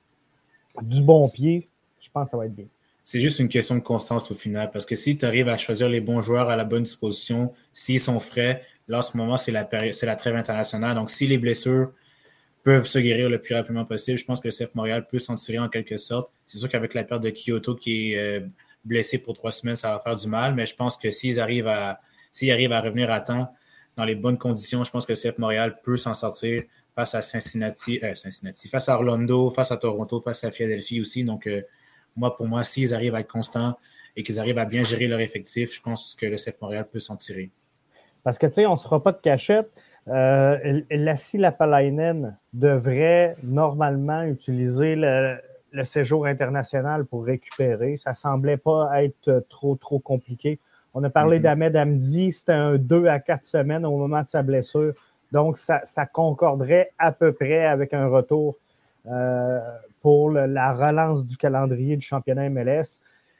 du bon pied, je pense que ça va être bien. C'est juste une question de constance au final, parce que si tu arrives à choisir les bons joueurs à la bonne disposition, s'ils sont frais, là, en ce moment, c'est la trêve internationale. Donc, si les blessures peuvent se guérir le plus rapidement possible, je pense que le CF Montréal peut s'en tirer en quelque sorte. C'est sûr qu'avec la perte de Kyoto qui est blessé pour 3 semaines, ça va faire du mal, mais je pense que s'ils arrivent à revenir à temps, dans les bonnes conditions, je pense que le CF Montréal peut s'en sortir face à Cincinnati, face à Orlando, face à Toronto, face à Philadelphie aussi. Donc, pour moi, s'ils arrivent à être constants et qu'ils arrivent à bien gérer leur effectif, je pense que le CF Montréal peut s'en tirer. Parce que, tu sais, on ne se fera pas de cachette. Lassi Lapalainen devrait normalement utiliser le séjour international pour récupérer. Ça ne semblait pas être trop compliqué. On a parlé d'Ahmed Hamdi, c'était un 2 à 4 semaines au moment de sa blessure. Donc, ça concorderait à peu près avec un retour pour la relance du calendrier du championnat MLS.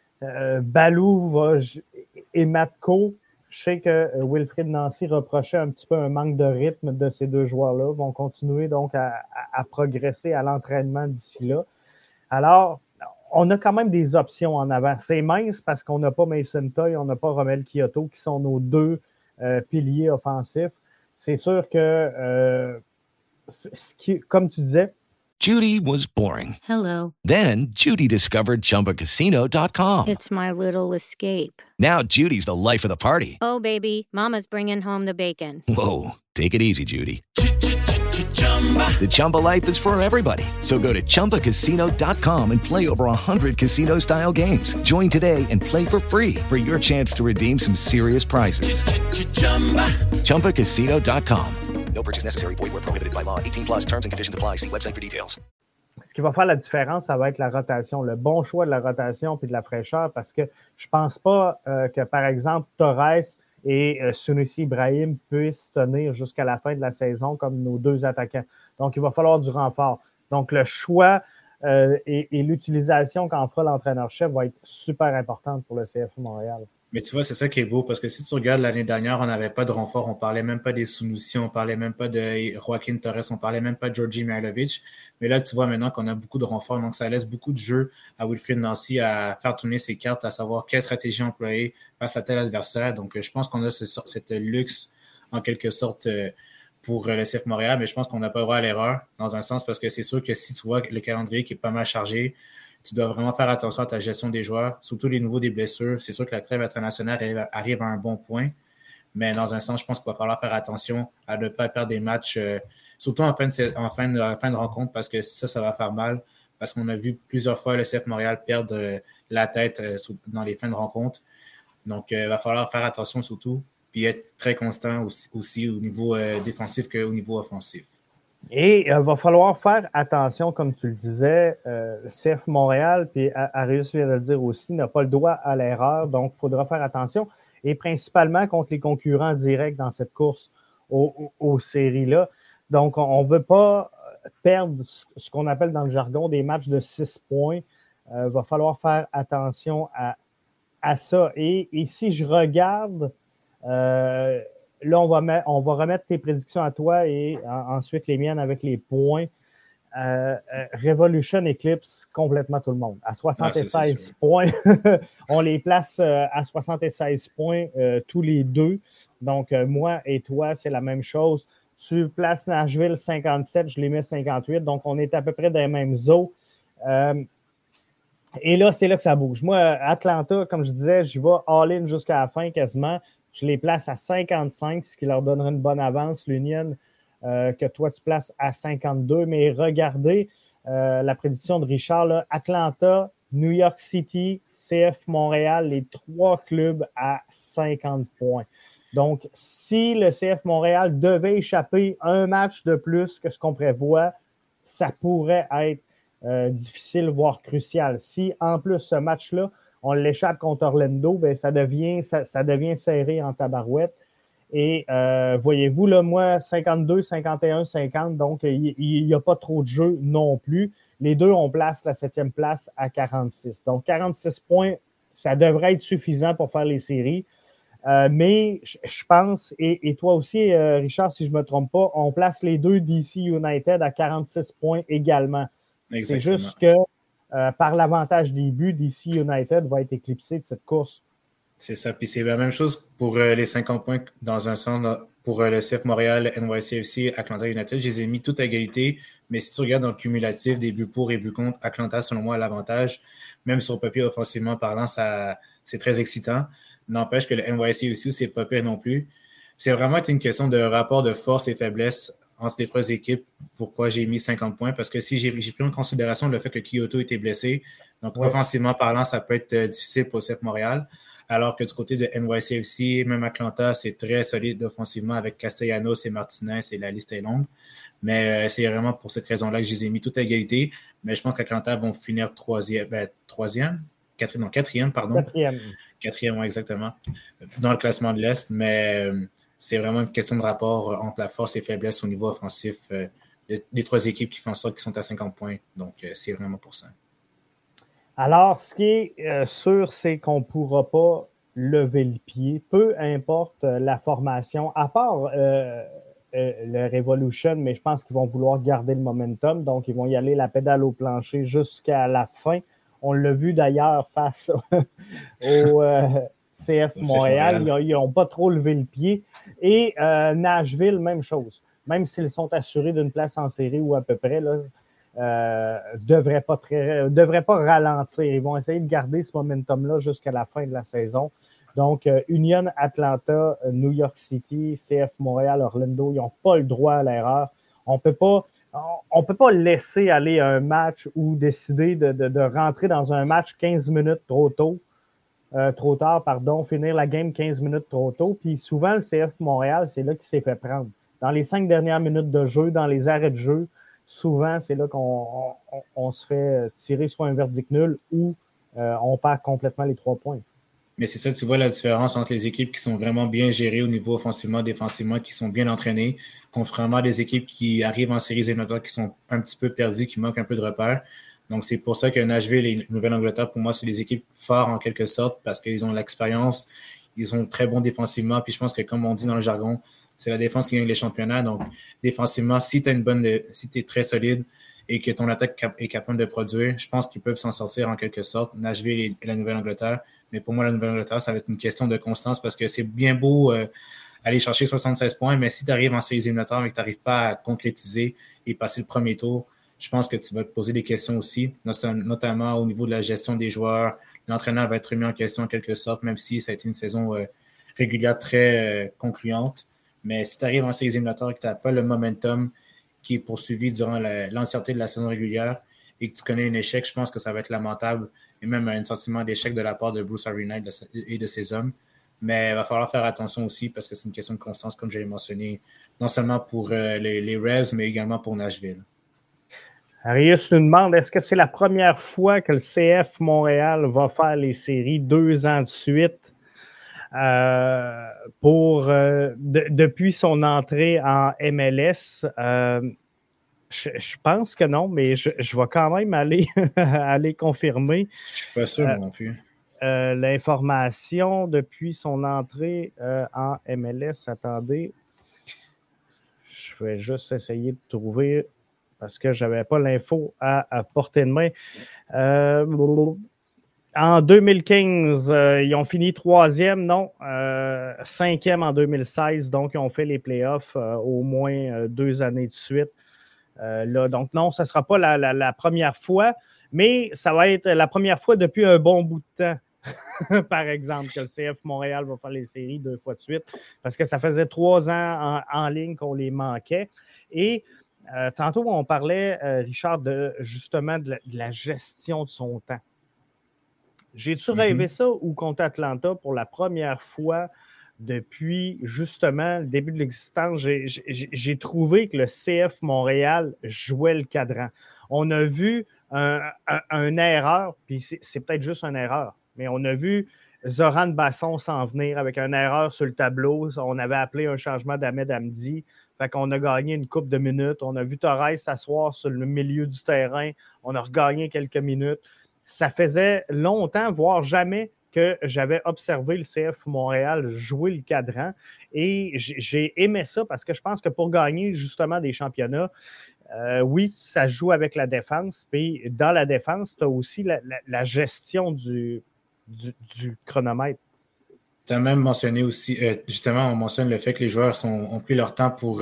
Balou et Matko, je sais que Wilfried Nancy reprochait un petit peu un manque de rythme de ces deux joueurs-là, vont continuer donc à progresser à l'entraînement d'ici là. Alors, on a quand même des options en avant. C'est mince parce qu'on n'a pas Mason Toye, on n'a pas Romel Kyoto, qui sont nos deux piliers offensifs. C'est sûr que, comme tu disais, Judy was boring. Hello. Then Judy discovered ChumbaCasino.com. It's my little escape. Now Judy's the life of the party. Oh, baby, mama's bringing home the bacon. Whoa, take it easy, Judy. The Chumba life is for everybody. So go to ChumbaCasino.com and play over 100 casino-style games. Join today and play for free for your chance to redeem some serious prizes. ChumbaCasino.com. No purchase necessary. Void where prohibited by law. 18+ terms and conditions apply. See website for details. Ce qui va faire la différence, ça va être la rotation, le bon choix de la rotation puis de la fraîcheur, parce que je pense pas que, par exemple, Torres et Sunusi Ibrahim puissent tenir jusqu'à la fin de la saison comme nos deux attaquants. Donc, il va falloir du renfort. Donc, le choix et l'utilisation qu'en fera l'entraîneur-chef va être super importante pour le CF Montréal. Mais tu vois, c'est ça qui est beau, parce que si tu regardes l'année dernière, on n'avait pas de renfort, on parlait même pas des Sunusi, on parlait même pas de Joaquin Torres, on parlait même pas de Georgi Mihailovic. Mais là, tu vois maintenant qu'on a beaucoup de renforts, donc ça laisse beaucoup de jeu à Wilfried Nancy à faire tourner ses cartes, à savoir quelle stratégie employer face à tel adversaire. Donc, je pense qu'on a cette luxe, en quelque sorte, pour le CF Montréal, mais je pense qu'on n'a pas le droit à l'erreur, dans un sens, parce que c'est sûr que si tu vois le calendrier qui est pas mal chargé, tu dois vraiment faire attention à ta gestion des joueurs, surtout les nouveaux des blessures. C'est sûr que la trêve internationale arrive à un bon point, mais dans un sens, je pense qu'il va falloir faire attention à ne pas perdre des matchs, surtout en fin de rencontre, parce que ça va faire mal, parce qu'on a vu plusieurs fois le CF Montréal perdre la tête dans les fins de rencontre. Donc, il va falloir faire attention surtout, puis être très constant aussi au niveau défensif qu'au niveau offensif. Et il va falloir faire attention, comme tu le disais, CF Montréal, puis Arius vient de le dire aussi, n'a pas le droit à l'erreur, donc il faudra faire attention, et principalement contre les concurrents directs dans cette course aux séries-là. Donc, on ne veut pas perdre ce qu'on appelle dans le jargon des matchs de 6 points. Il va falloir faire attention à ça. Et si je regarde... là, on va remettre tes prédictions à toi et ensuite les miennes avec les points. Revolution éclipse complètement tout le monde. À 76 points, on les place à 76 points tous les deux. Donc, moi et toi, c'est la même chose. Tu places Nashville 57, je les mets 58. Donc, on est à peu près dans les mêmes eaux. Et là, c'est là que ça bouge. Moi, Atlanta, comme je disais, j'y vais all-in jusqu'à la fin quasiment. Je les place à 55, ce qui leur donnerait une bonne avance. L'Union, que toi, tu places à 52. Mais regardez la prédiction de Richard, là, Atlanta, New York City, CF Montréal, les 3 clubs à 50 points. Donc, si le CF Montréal devait échapper un match de plus que ce qu'on prévoit, ça pourrait être difficile, voire crucial. Si, en plus, ce match-là, on l'échappe contre Orlando, ben ça devient serré en tabarouette. Et voyez-vous, là, moi, 52, 51, 50, donc il n'y a pas trop de jeu non plus. Les deux, on place la 7e place à 46. Donc, 46 points, ça devrait être suffisant pour faire les séries. Mais je pense, et toi aussi, Richard, si je ne me trompe pas, on place les deux DC United à 46 points également. Exactement. C'est juste que par l'avantage des buts, DC United va être éclipsé de cette course. C'est ça. Puis c'est la même chose pour les 50 points dans un sens pour le CF Montréal, NYCFC, Atlanta United. Je les ai mis toutes à égalité. Mais si tu regardes dans le cumulatif des buts pour et buts contre, Atlanta, selon moi, a l'avantage. Même sur papier, offensivement parlant, c'est très excitant. N'empêche que le NYC aussi, c'est pas pire non plus. C'est vraiment une question de rapport de force et faiblesse entre les trois équipes. Pourquoi j'ai mis 50 points? Parce que si j'ai pris en considération le fait que Kyoto était blessé, donc offensivement parlant, ça peut être difficile pour CF Montréal. Alors que du côté de NYCFC, même Atlanta, c'est très solide offensivement avec Castellanos et Martinez et la liste est longue. Mais c'est vraiment pour cette raison-là que je les ai mis toutes à égalité. Mais je pense qu'Atlanta vont finir quatrième, oui, exactement, dans le classement de l'Est. Mais c'est vraiment une question de rapport entre la force et faiblesse au niveau offensif des trois équipes qui font en sorte qu'ils sont à 50 points. Donc, c'est vraiment pour ça. Alors, ce qui est sûr, c'est qu'on ne pourra pas lever le pied, peu importe la formation, à part le Revolution, mais je pense qu'ils vont vouloir garder le momentum, donc ils vont y aller la pédale au plancher jusqu'à la fin. On l'a vu d'ailleurs face au CF Montréal, ils n'ont pas trop levé le pied. Et Nashville, même chose. Même s'ils sont assurés d'une place en série ou à peu près, là, devrait pas ralentir. Ils vont essayer de garder ce momentum-là jusqu'à la fin de la saison. Donc, Union, Atlanta, New York City, CF Montréal, Orlando, ils n'ont pas le droit à l'erreur. On peut pas laisser aller un match ou décider de rentrer dans un match 15 minutes trop tard, finir la game 15 minutes trop tôt. Puis souvent, le CF Montréal, c'est là qu'il s'est fait prendre. Dans les 5 dernières minutes de jeu, dans les arrêts de jeu, souvent, c'est là qu'on se fait tirer soit un verdict nul ou on perd complètement les 3 points. Mais c'est ça, tu vois la différence entre les équipes qui sont vraiment bien gérées au niveau offensivement, défensivement, qui sont bien entraînées, contrairement à des équipes qui arrivent en séries éliminatoires qui sont un petit peu perdues, qui manquent un peu de repères. Donc, c'est pour ça que Nashville et Nouvelle-Angleterre, pour moi, c'est des équipes fortes en quelque sorte parce qu'ils ont l'expérience, ils sont très bons défensivement. Puis je pense que, comme on dit dans le jargon, c'est la défense qui gagne les championnats. Donc, défensivement, si tu es très solide et que ton attaque est capable de produire, je pense qu'ils peuvent s'en sortir en quelque sorte, Nashville et la Nouvelle-Angleterre. Mais pour moi, la Nouvelle-Angleterre, ça va être une question de constance parce que c'est bien beau aller chercher 76 points, mais si tu arrives en séries éliminatoires et que tu n'arrives pas à concrétiser et passer le premier tour, je pense que tu vas te poser des questions aussi, notamment au niveau de la gestion des joueurs. L'entraîneur va être remis en question en quelque sorte, même si ça a été une saison régulière très concluante. Mais si tu arrives en séries éliminatoires et que tu n'as pas le momentum qui est poursuivi durant l'entièreté de la saison régulière et que tu connais un échec, je pense que ça va être lamentable et même un sentiment d'échec de la part de Bruce Arena et de ses hommes. Mais il va falloir faire attention aussi parce que c'est une question de constance, comme je l'ai mentionné, non seulement pour les Revs, mais également pour Nashville. Arius nous demande, est-ce que c'est la première fois que le CF Montréal va faire les séries 2 ans de suite depuis son entrée en MLS? Je pense que non, mais je vais quand même aller confirmer. Je ne suis pas sûr non plus. L'information depuis son entrée en MLS. Attendez, je vais juste essayer de trouver parce que je n'avais pas l'info à portée de main. En 2015, ils ont fini 3e, non, 5e en 2016, donc ils ont fait les playoffs au moins 2 années de suite. Donc non, ce ne sera pas la première fois, mais ça va être la première fois depuis un bon bout de temps. Par exemple, que le CF Montréal va faire les séries 2 fois de suite, parce que ça faisait 3 ans en ligne qu'on les manquait. Et tantôt, on parlait, Richard, justement de la gestion de son temps. J'ai-tu rêvé ça ou contre Atlanta pour la première fois depuis justement le début de l'existence? J'ai trouvé que le CF Montréal jouait le cadran. On a vu une erreur, puis c'est peut-être juste une erreur, mais on a vu Zoran Basson s'en venir avec une erreur sur le tableau. On avait appelé un changement d'Ahmed Hamdi. Fait qu'on a gagné une couple de minutes. On a vu Torres s'asseoir sur le milieu du terrain. On a regagné quelques minutes. Ça faisait longtemps, voire jamais, que j'avais observé le CF Montréal jouer le cadran. Et j'ai aimé ça parce que je pense que pour gagner justement des championnats, oui, ça joue avec la défense. Puis dans la défense, tu as aussi la gestion du chronomètre. Tu as même mentionné aussi, justement, on mentionne le fait que les joueurs ont pris leur temps pour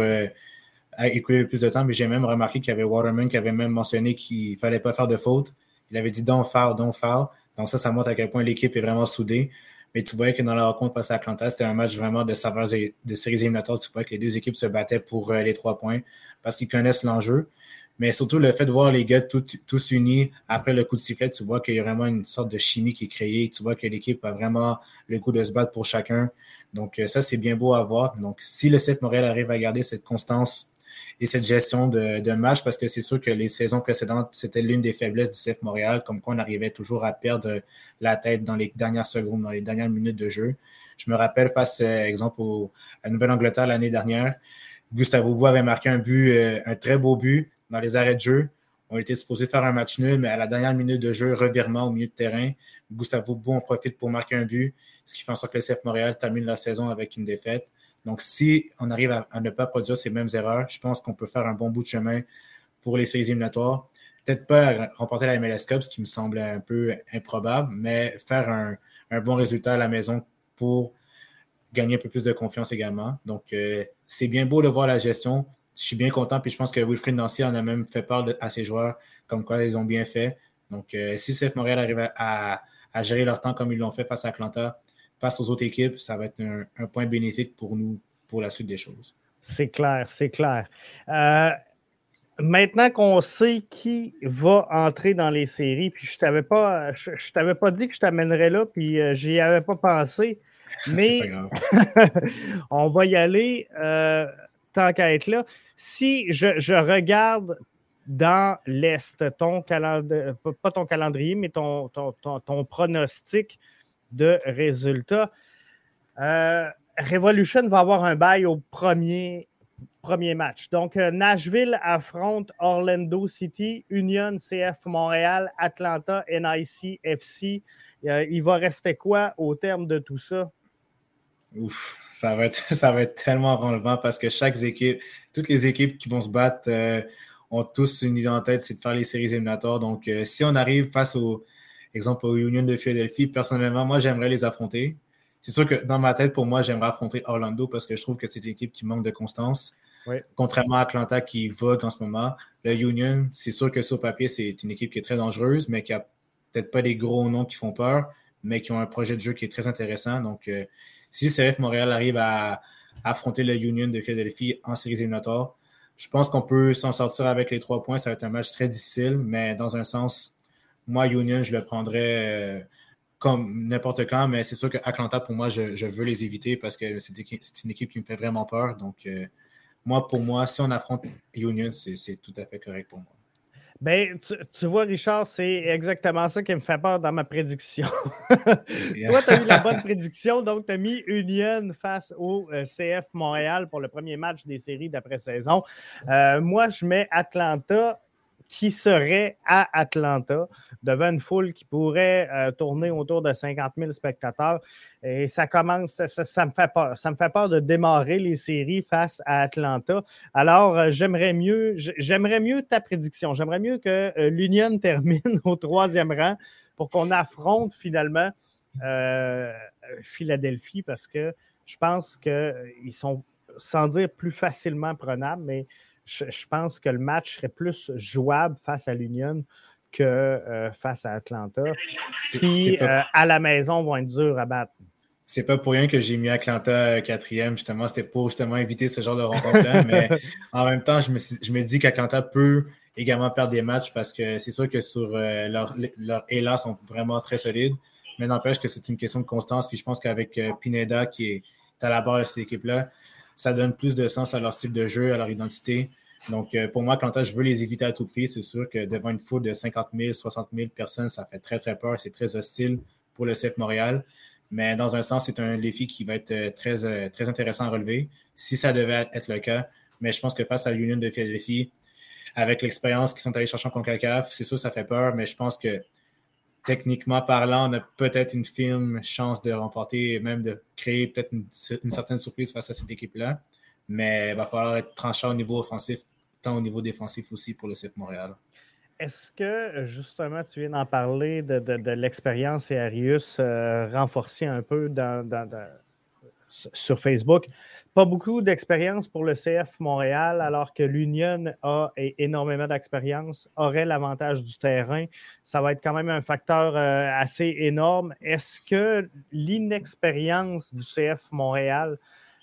écouler le plus de temps, mais j'ai même remarqué qu'il y avait Waterman qui avait même mentionné qu'il ne fallait pas faire de faute. Il avait dit « don't foul, don't foul ». Donc ça montre à quel point l'équipe est vraiment soudée. Mais tu voyais que dans la rencontre face à Atlanta, c'était un match vraiment de saveur de séries éliminatoires. Tu voyais que les deux équipes se battaient pour les 3 points parce qu'ils connaissent l'enjeu. Mais surtout, le fait de voir les gars tous unis après le coup de sifflet, tu vois qu'il y a vraiment une sorte de chimie qui est créée. Tu vois que l'équipe a vraiment le goût de se battre pour chacun. Donc ça, c'est bien beau à voir. Donc si le CF Montréal arrive à garder cette constance et cette gestion de match, parce que c'est sûr que les saisons précédentes, c'était l'une des faiblesses du CF Montréal, comme quoi on arrivait toujours à perdre la tête dans les dernières secondes, dans les dernières minutes de jeu. Je me rappelle face, exemple, à Nouvelle-Angleterre l'année dernière, Gustavo Bou avait marqué un très beau but dans les arrêts de jeu. On était supposé faire un match nul, mais à la dernière minute de jeu, revirement au milieu de terrain, Gustavo Bou en profite pour marquer un but, ce qui fait en sorte que le CF Montréal termine la saison avec une défaite. Donc, si on arrive à ne pas produire ces mêmes erreurs, je pense qu'on peut faire un bon bout de chemin pour les séries éliminatoires. Peut-être pas remporter la MLS Cup, ce qui me semble un peu improbable, mais faire un bon résultat à la maison pour gagner un peu plus de confiance également. Donc, c'est bien beau de voir la gestion. Je suis bien content, puis je pense que Wilfried Nancy en a même fait part à ses joueurs, comme quoi ils ont bien fait. Donc, si le CF Montréal arrive à gérer leur temps comme ils l'ont fait face à Atlanta, face aux autres équipes, ça va être un point bénéfique pour nous, pour la suite des choses. C'est clair, c'est clair. Maintenant qu'on sait qui va entrer dans les séries, puis je t'avais pas dit que je t'amènerais là, puis j'y avais pas pensé, mais c'est pas grave. on va y aller tant qu'à être là. Si je regarde dans l'Est, pas ton calendrier, mais ton pronostic de résultats, Revolution va avoir un bail au 1er premier match. Donc, Nashville affronte Orlando City, Union CF Montréal, Atlanta NIC FC. Il va rester quoi au terme de tout ça? Ouf, ça va être tellement relevant parce que toutes les équipes qui vont se battre ont tous une idée en tête, c'est de faire les séries éliminatoires. Donc, si on arrive face au Union de Philadelphie, personnellement, moi, j'aimerais les affronter. C'est sûr que dans ma tête, pour moi, j'aimerais affronter Orlando parce que je trouve que c'est une équipe qui manque de constance. Oui. Contrairement à Atlanta qui vogue en ce moment, le Union, c'est sûr que sur papier, c'est une équipe qui est très dangereuse, mais qui a peut-être pas des gros noms qui font peur, mais qui ont un projet de jeu qui est très intéressant. Donc, si le CF Montréal arrive à affronter le Union de Philadelphie en séries éliminatoires, je pense qu'on peut s'en sortir avec les 3 points. Ça va être un match très difficile, mais dans un sens, moi, Union, je le prendrais comme n'importe quand, mais c'est sûr qu'Atlanta, pour moi, je veux les éviter parce que c'est une équipe qui me fait vraiment peur. Donc, pour moi, si on affronte Union, c'est tout à fait correct pour moi. Ben, tu vois, Richard, c'est exactement ça qui me fait peur dans ma prédiction. Toi, tu as eu la bonne prédiction, donc tu as mis Union face au CF Montréal pour le premier match des séries d'après-saison. Moi, je mets Atlanta qui serait à Atlanta devant une foule qui pourrait tourner autour de 50 000 spectateurs. Et ça commence, ça me fait peur. Ça me fait peur de démarrer les séries face à Atlanta. Alors, j'aimerais mieux ta prédiction. J'aimerais mieux que l'Union termine au 3e rang pour qu'on affronte finalement Philadelphie parce que je pense qu'ils sont, sans dire plus facilement prenables, mais je pense que le match serait plus jouable face à l'Union que face à Atlanta, qui, à la maison, vont être durs à battre. C'est pas pour rien que j'ai mis Atlanta 4e, justement. C'était pour justement éviter ce genre de rencontre-là. Mais en même temps, je me dis qu'Atlanta peut également perdre des matchs parce que c'est sûr que sur leur élan sont vraiment très solides. Mais n'empêche que c'est une question de constance. Puis je pense qu'avec Pineda, qui est à la barre de cette équipe-là, ça donne plus de sens à leur style de jeu, à leur identité. Donc, pour moi, Atlanta, je veux les éviter à tout prix. C'est sûr que devant une foule de 50 000, 60 000 personnes, ça fait très, très peur. C'est très hostile pour le CF Montréal. Mais dans un sens, c'est un défi qui va être très, très intéressant à relever, si ça devait être le cas. Mais je pense que face à l'Union de Philadelphie, avec l'expérience qu'ils sont allés chercher en CONCACAF, c'est sûr ça fait peur, mais je pense que techniquement parlant, on a peut-être une firme chance de remporter, même de créer peut-être une certaine surprise face à cette équipe-là. Mais il va falloir être tranchant au niveau offensif, tant au niveau défensif aussi pour le CF Montréal. Est-ce que, justement, tu viens d'en parler de l'expérience et Arius renforcée un peu sur Facebook? Pas beaucoup d'expérience pour le CF Montréal, alors que l'Union a énormément d'expérience, aurait l'avantage du terrain. Ça va être quand même un facteur assez énorme. Est-ce que l'inexpérience du CF Montréal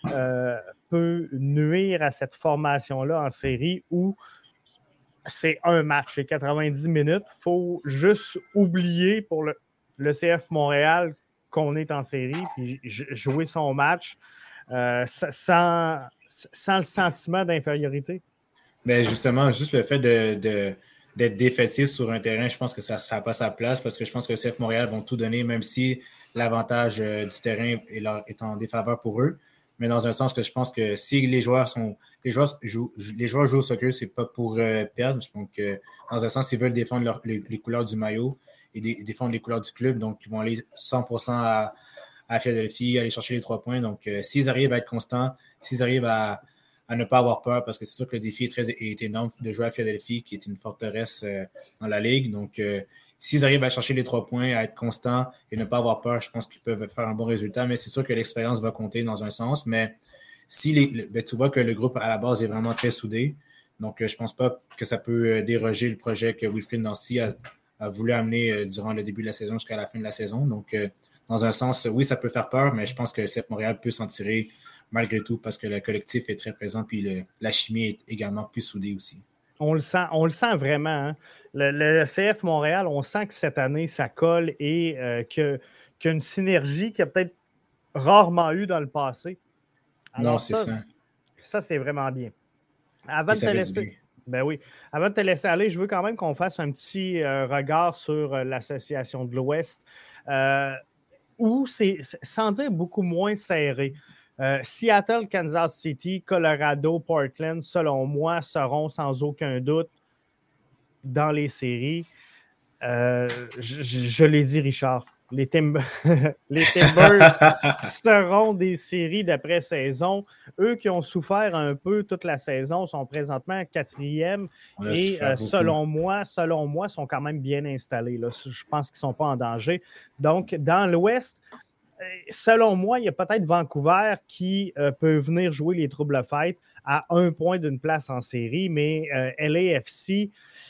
peut nuire à cette formation-là en série où c'est un match, c'est 90 minutes. Il faut juste oublier pour le CF Montréal qu'on est en série puis jouer son match sans le sentiment d'infériorité? Mais justement, juste le fait d'être défaitiste sur un terrain, je pense que ça n'a pas sa place parce que je pense que le CF Montréal vont tout donner, même si l'avantage du terrain est en défaveur pour eux. Mais dans un sens que je pense que si les joueurs jouent au soccer, c'est pas pour perdre. Donc, dans un sens, ils veulent défendre les couleurs du maillot et défendre les couleurs du club. Donc, ils vont aller 100% à Philadelphie, aller chercher les 3 points. Donc, s'ils arrivent à être constants, s'ils arrivent à ne pas avoir peur, parce que c'est sûr que le défi est énorme de jouer à Philadelphie, qui est une forteresse dans la ligue. Donc, s'ils arrivent à chercher les 3 points, à être constants et ne pas avoir peur, je pense qu'ils peuvent faire un bon résultat. Mais c'est sûr que l'expérience va compter dans un sens. Mais si tu vois que le groupe à la base est vraiment très soudé. Donc, je pense pas que ça peut déroger le projet que Wilfried Nancy a voulu amener durant le début de la saison jusqu'à la fin de la saison. Donc, dans un sens, oui, ça peut faire peur, mais je pense que le CF Montréal peut s'en tirer malgré tout parce que le collectif est très présent puis la chimie est également plus soudée aussi. On le sent vraiment. Hein? Le CF Montréal, on sent que cette année, ça colle et qu'il y a une synergie qu'il y a peut-être rarement eu dans le passé. Alors, non, c'est ça. Ça, c'est vraiment bien. Avant de te laisser aller, je veux quand même qu'on fasse un petit regard sur l'Association de l'Ouest où c'est, sans dire beaucoup moins serré. Seattle, Kansas City, Colorado, Portland, selon moi, seront sans aucun doute dans les séries. Je l'ai dit, Richard. Les Timbers seront des séries d'après-saison. Eux qui ont souffert un peu toute la saison sont présentement 4e et selon moi, sont quand même bien installés. Là. Je pense qu'ils ne sont pas en danger. Donc, dans l'Ouest, selon moi, il y a peut-être Vancouver qui peut venir jouer les troubles fêtes à 1 point d'une place en série, mais LAFC,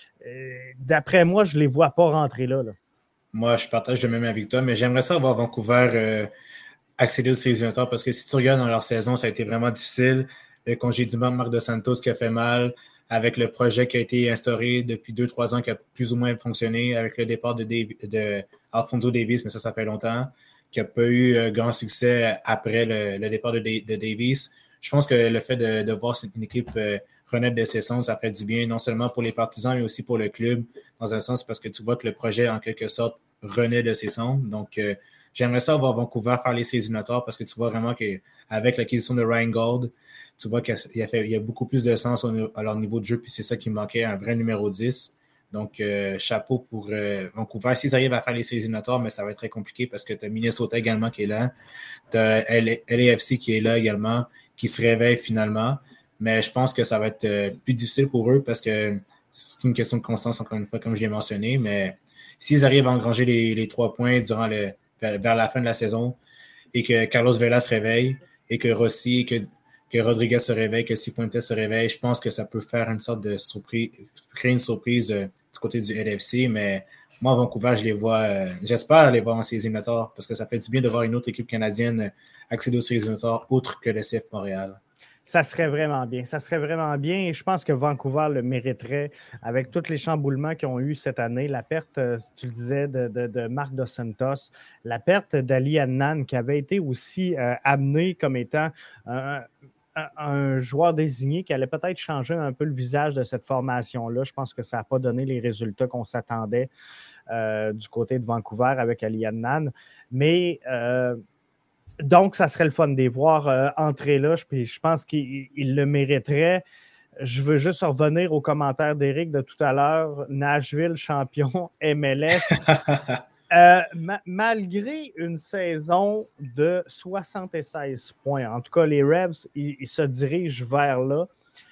d'après moi, je ne les vois pas rentrer là. Moi, je partage le même avec toi, mais j'aimerais ça voir Vancouver accéder aux séries éliminatoires parce que si tu regardes dans leur saison, ça a été vraiment difficile. Le congédiement de Marc Dos Santos qui a fait mal, avec le projet qui a été instauré depuis 2-3 ans qui a plus ou moins fonctionné, avec le départ de Alphonso Davies, mais ça fait longtemps, qui n'a pas eu grand succès après le départ de Davies. Je pense que le fait de voir une équipe renaître de ses cendres, ça ferait du bien, non seulement pour les partisans, mais aussi pour le club, dans un sens, parce que tu vois que le projet, en quelque sorte, renaît de ses cendres. Donc, j'aimerais ça voir Vancouver faire les séries éliminatoires, parce que tu vois vraiment qu'avec l'acquisition de Ryan Gauld, tu vois qu'il y a beaucoup plus de sens à leur niveau de jeu, puis c'est ça qui manquait, un vrai numéro 10. Donc, chapeau pour Vancouver. S'ils arrivent à faire les séries éliminatoires, mais ça va être très compliqué, parce que tu as Minnesota également qui est là, tu as LAFC qui est là également, qui se réveille finalement. Mais je pense que ça va être plus difficile pour eux parce que c'est une question de constance, encore une fois, comme je l'ai mentionné. Mais s'ils arrivent à engranger les 3 points vers la fin de la saison et que Carlos Vela se réveille et que Rossi, que Rodriguez se réveille, que Cifuentes se réveille, je pense que ça peut faire une sorte de surprise, créer une surprise du côté du LFC. Mais moi, à Vancouver, j'espère les voir en séries éliminatoires parce que ça fait du bien de voir une autre équipe canadienne accéder aux séries éliminatoires autre que le CF Montréal. Ça serait vraiment bien. Ça serait vraiment bien et je pense que Vancouver le mériterait avec tous les chamboulements qu'ils ont eu cette année. La perte, tu le disais, de Marc Dos Santos, la perte d'Ali Adnan qui avait été aussi amené comme étant un joueur désigné qui allait peut-être changer un peu le visage de cette formation-là. Je pense que ça n'a pas donné les résultats qu'on s'attendait du côté de Vancouver avec Ali Adnan. Mais donc, ça serait le fun de les voir entrer là. Je pense qu'il le mériterait. Je veux juste revenir aux commentaires d'Éric de tout à l'heure. Nashville, champion MLS. Malgré une saison de 76 points, en tout cas, les Revs, ils se dirigent vers là.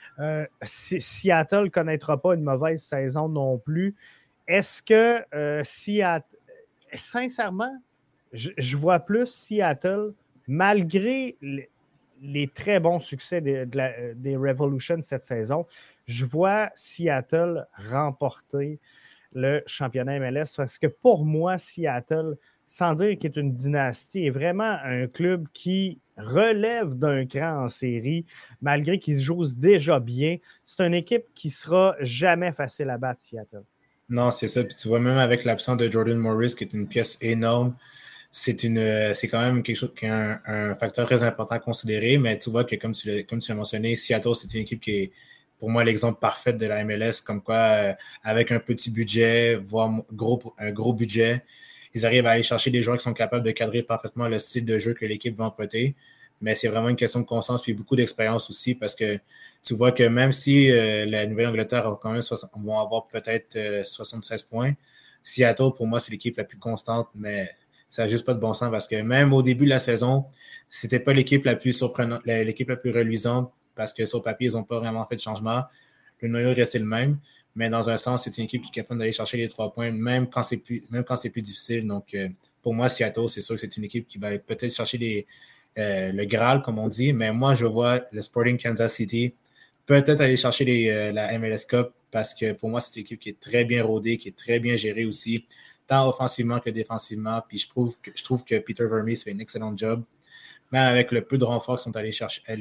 Seattle ne connaîtra pas une mauvaise saison non plus. Est-ce que Seattle, sincèrement, je vois plus Seattle, malgré les très bons succès des Revolution cette saison, je vois Seattle remporter le championnat MLS parce que pour moi, Seattle, sans dire qu'il est une dynastie, est vraiment un club qui relève d'un cran en série, malgré qu'ils jouent déjà bien. C'est une équipe qui ne sera jamais facile à battre, Seattle. Non, c'est ça. Puis tu vois, même avec l'absence de Jordan Morris, qui est une pièce énorme, c'est quand même quelque chose qui est un facteur très important à considérer. Mais tu vois que, comme tu l'as mentionné, Seattle, c'est une équipe qui est, pour moi, l'exemple parfait de la MLS, comme quoi, avec un petit budget, voire un gros budget, ils arrivent à aller chercher des joueurs qui sont capables de cadrer parfaitement le style de jeu que l'équipe va emprunter. Mais c'est vraiment une question de constance et beaucoup d'expérience aussi parce que tu vois que même si la Nouvelle-Angleterre vont avoir peut-être 76 points, Seattle, pour moi, c'est l'équipe la plus constante, mais ça n'a juste pas de bon sens parce que même au début de la saison, c'était pas l'équipe la plus surprenante, l'équipe la plus reluisante parce que sur papier, ils n'ont pas vraiment fait de changement. Le noyau est resté le même, mais dans un sens, c'est une équipe qui est capable d'aller chercher les 3 points, même quand c'est plus difficile. Donc, pour moi, Seattle, c'est sûr que c'est une équipe qui va aller peut-être chercher le Graal, comme on dit, mais moi, je vois le Sporting Kansas City peut-être aller chercher la MLS Cup parce que pour moi, c'est une équipe qui est très bien rodée, qui est très bien gérée aussi, tant offensivement que défensivement. Puis je trouve que Peter Vermes fait un excellent job. Même avec le peu de renforts qu'ils sont allés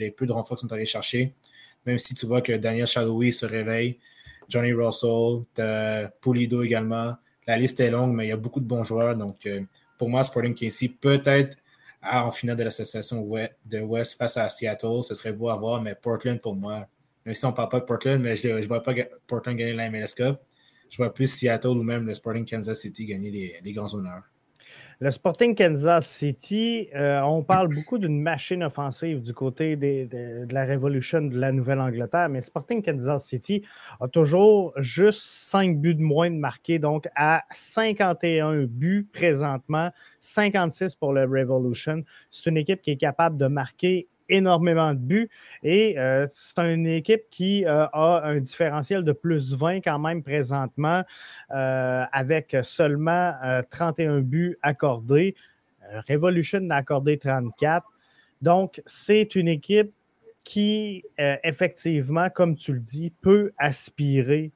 chercher, même si tu vois que Daniel Shalhoub se réveille, Johnny Russell, Pulido également. La liste est longue, mais il y a beaucoup de bons joueurs. Donc, pour moi, Sporting KC, peut-être en finale de l'association de West face à Seattle, ce serait beau à voir, mais Portland, pour moi, même si on ne parle pas de Portland, mais je ne vois pas Portland gagner la MLS Cup. Je vois plus Seattle ou même le Sporting Kansas City gagner les grands honneurs. Le Sporting Kansas City, on parle beaucoup d'une machine offensive du côté de la Revolution de la Nouvelle-Angleterre, mais Sporting Kansas City a toujours juste 5 buts de moins de marqués, donc à 51 buts présentement, 56 pour le Revolution. C'est une équipe qui est capable de marquer énormément de buts et c'est une équipe qui a un différentiel de plus 20 quand même présentement avec seulement 31 buts accordés. Revolution a accordé 34. Donc, c'est une équipe qui, effectivement, comme tu le dis, peut aspirer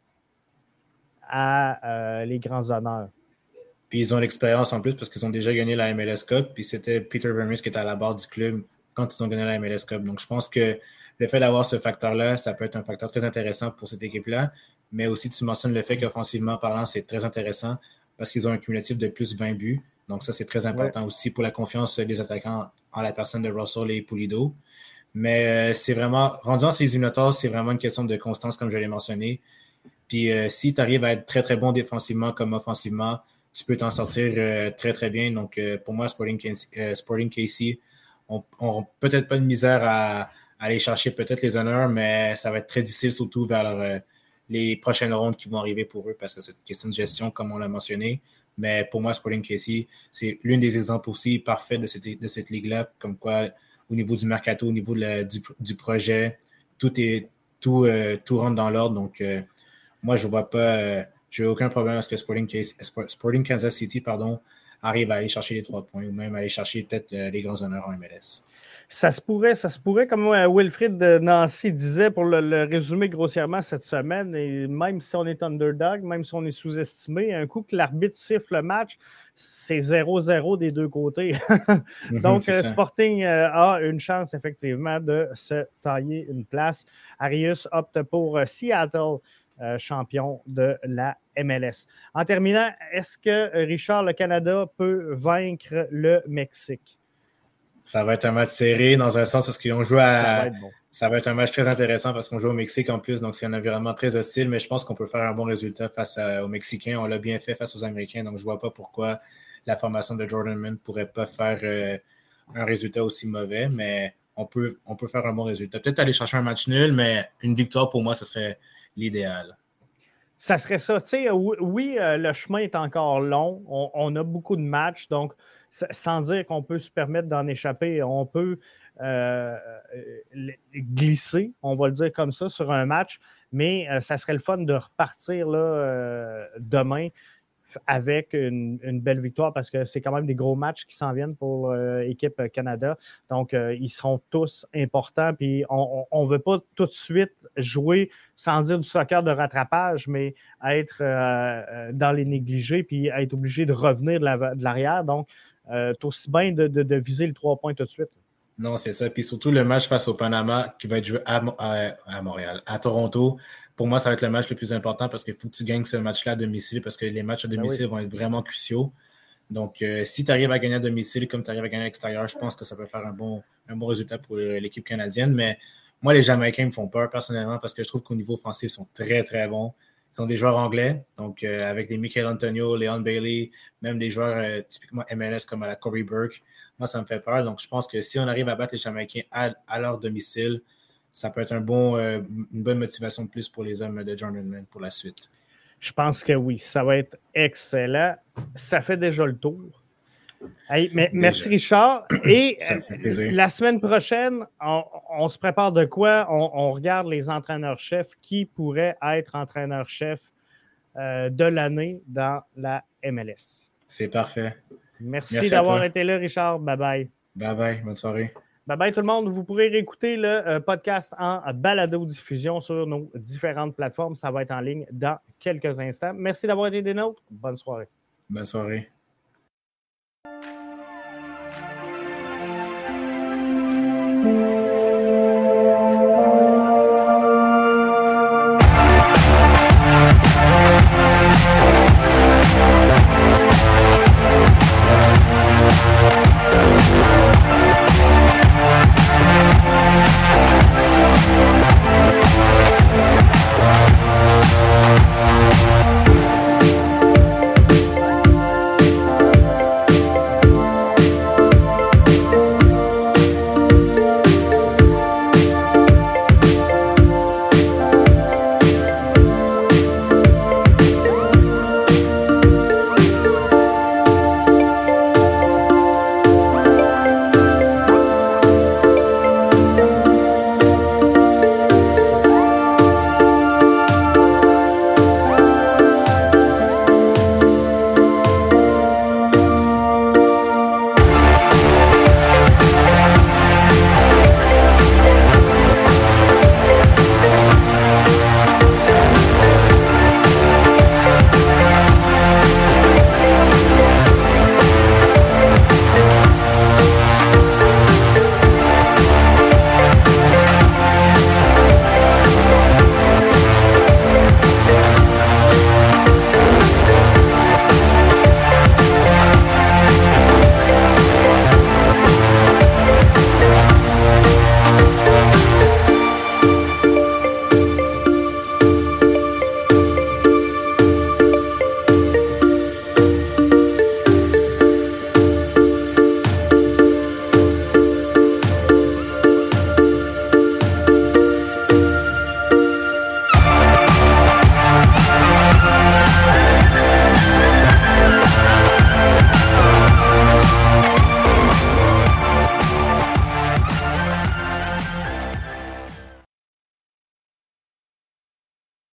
à les grands honneurs. Puis ils ont l'expérience en plus parce qu'ils ont déjà gagné la MLS Cup, puis c'était Peter Vermes qui était à la barre du club quand ils ont gagné la MLS Cup. Donc, je pense que le fait d'avoir ce facteur-là, ça peut être un facteur très intéressant pour cette équipe-là. Mais aussi, tu mentionnes le fait qu'offensivement parlant, c'est très intéressant parce qu'ils ont un cumulatif de plus 20 buts. Donc, ça, c'est très important aussi pour la confiance des attaquants en la personne de Russell et Pulido. Mais c'est vraiment, rendu en ces éliminatoires, c'est vraiment une question de constance, comme je l'ai mentionné. Puis, si tu arrives à être très, très bon défensivement comme offensivement, tu peux t'en sortir très, très bien. Donc, pour moi, Sporting KC, on peut-être pas de misère à aller chercher peut-être les honneurs, mais ça va être très difficile, surtout vers les prochaines rondes qui vont arriver pour eux, parce que c'est une question de gestion, comme on l'a mentionné. Mais pour moi, Sporting KC, c'est l'une des exemples aussi parfaits de cette ligue-là, comme quoi, au niveau du mercato, au niveau du projet, tout rentre dans l'ordre. Donc, moi, je vois pas, j'ai aucun problème à ce que Sporting Kansas City, arrive à aller chercher les 3 points ou même aller chercher peut-être les grands honneurs en MLS. Ça se pourrait, comme Wilfrid de Nancy disait, pour le résumer grossièrement cette semaine, et même si on est underdog, même si on est sous-estimé, un coup que l'arbitre siffle le match, c'est 0-0 des deux côtés. Donc, Sporting a une chance, effectivement, de se tailler une place. Arius opte pour Seattle, champion de la MLS. En terminant, est-ce que, Richard, le Canada peut vaincre le Mexique? Ça va être un match serré dans un sens parce qu'on joue Ça va être un match très intéressant parce qu'on joue au Mexique en plus, donc c'est un environnement très hostile, mais je pense qu'on peut faire un bon résultat face aux Mexicains. On l'a bien fait face aux Américains, donc je vois pas pourquoi la formation de Jordan Minh pourrait pas faire un résultat aussi mauvais, mais on peut faire un bon résultat. Peut-être aller chercher un match nul, mais une victoire pour moi, ce serait l'idéal. Ça serait ça. Tu sais, oui, le chemin est encore long. On a beaucoup de matchs, donc sans dire qu'on peut se permettre d'en échapper, on peut glisser, on va le dire comme ça, sur un match, mais ça serait le fun de repartir là, demain avec une belle victoire parce que c'est quand même des gros matchs qui s'en viennent pour l'équipe Canada. Donc, ils seront tous importants. Puis, on ne veut pas tout de suite jouer, sans dire du soccer de rattrapage, mais être dans les négligés puis être obligé de revenir de l'arrière. Donc, c'est aussi bien de viser le 3 points tout de suite. Non, c'est ça. Puis surtout le match face au Panama qui va être joué à Montréal, à Toronto. Pour moi, ça va être le match le plus important parce qu'il faut que tu gagnes ce match-là à domicile parce que les matchs à domicile vont être vraiment cruciaux. Donc, si tu arrives à gagner à domicile comme tu arrives à gagner à l'extérieur, je pense que ça peut faire un bon résultat pour l'équipe canadienne. Mais moi, les Jamaïcains me font peur personnellement parce que je trouve qu'au niveau offensif, ils sont très, très bons. Ils sont des joueurs anglais, donc avec des Michael Antonio, Leon Bailey, même des joueurs typiquement MLS comme à la Corey Burke. Moi, ça me fait peur. Donc, je pense que si on arrive à battre les Jamaïcains à leur domicile, ça peut être une bonne motivation de plus pour les hommes de Jordan Minh pour la suite. Je pense que oui, ça va être excellent. Ça fait déjà le tour. Hey, merci Richard. Et la semaine prochaine, on se prépare de quoi? On regarde les entraîneurs-chefs qui pourraient être entraîneurs-chefs de l'année dans la MLS. C'est parfait. Merci d'avoir été là, Richard. Bye-bye. Bye-bye. Bonne soirée. Bye-bye tout le monde. Vous pourrez réécouter le podcast en balado-diffusion sur nos différentes plateformes. Ça va être en ligne dans quelques instants. Merci d'avoir été des nôtres. Bonne soirée. Bonne soirée.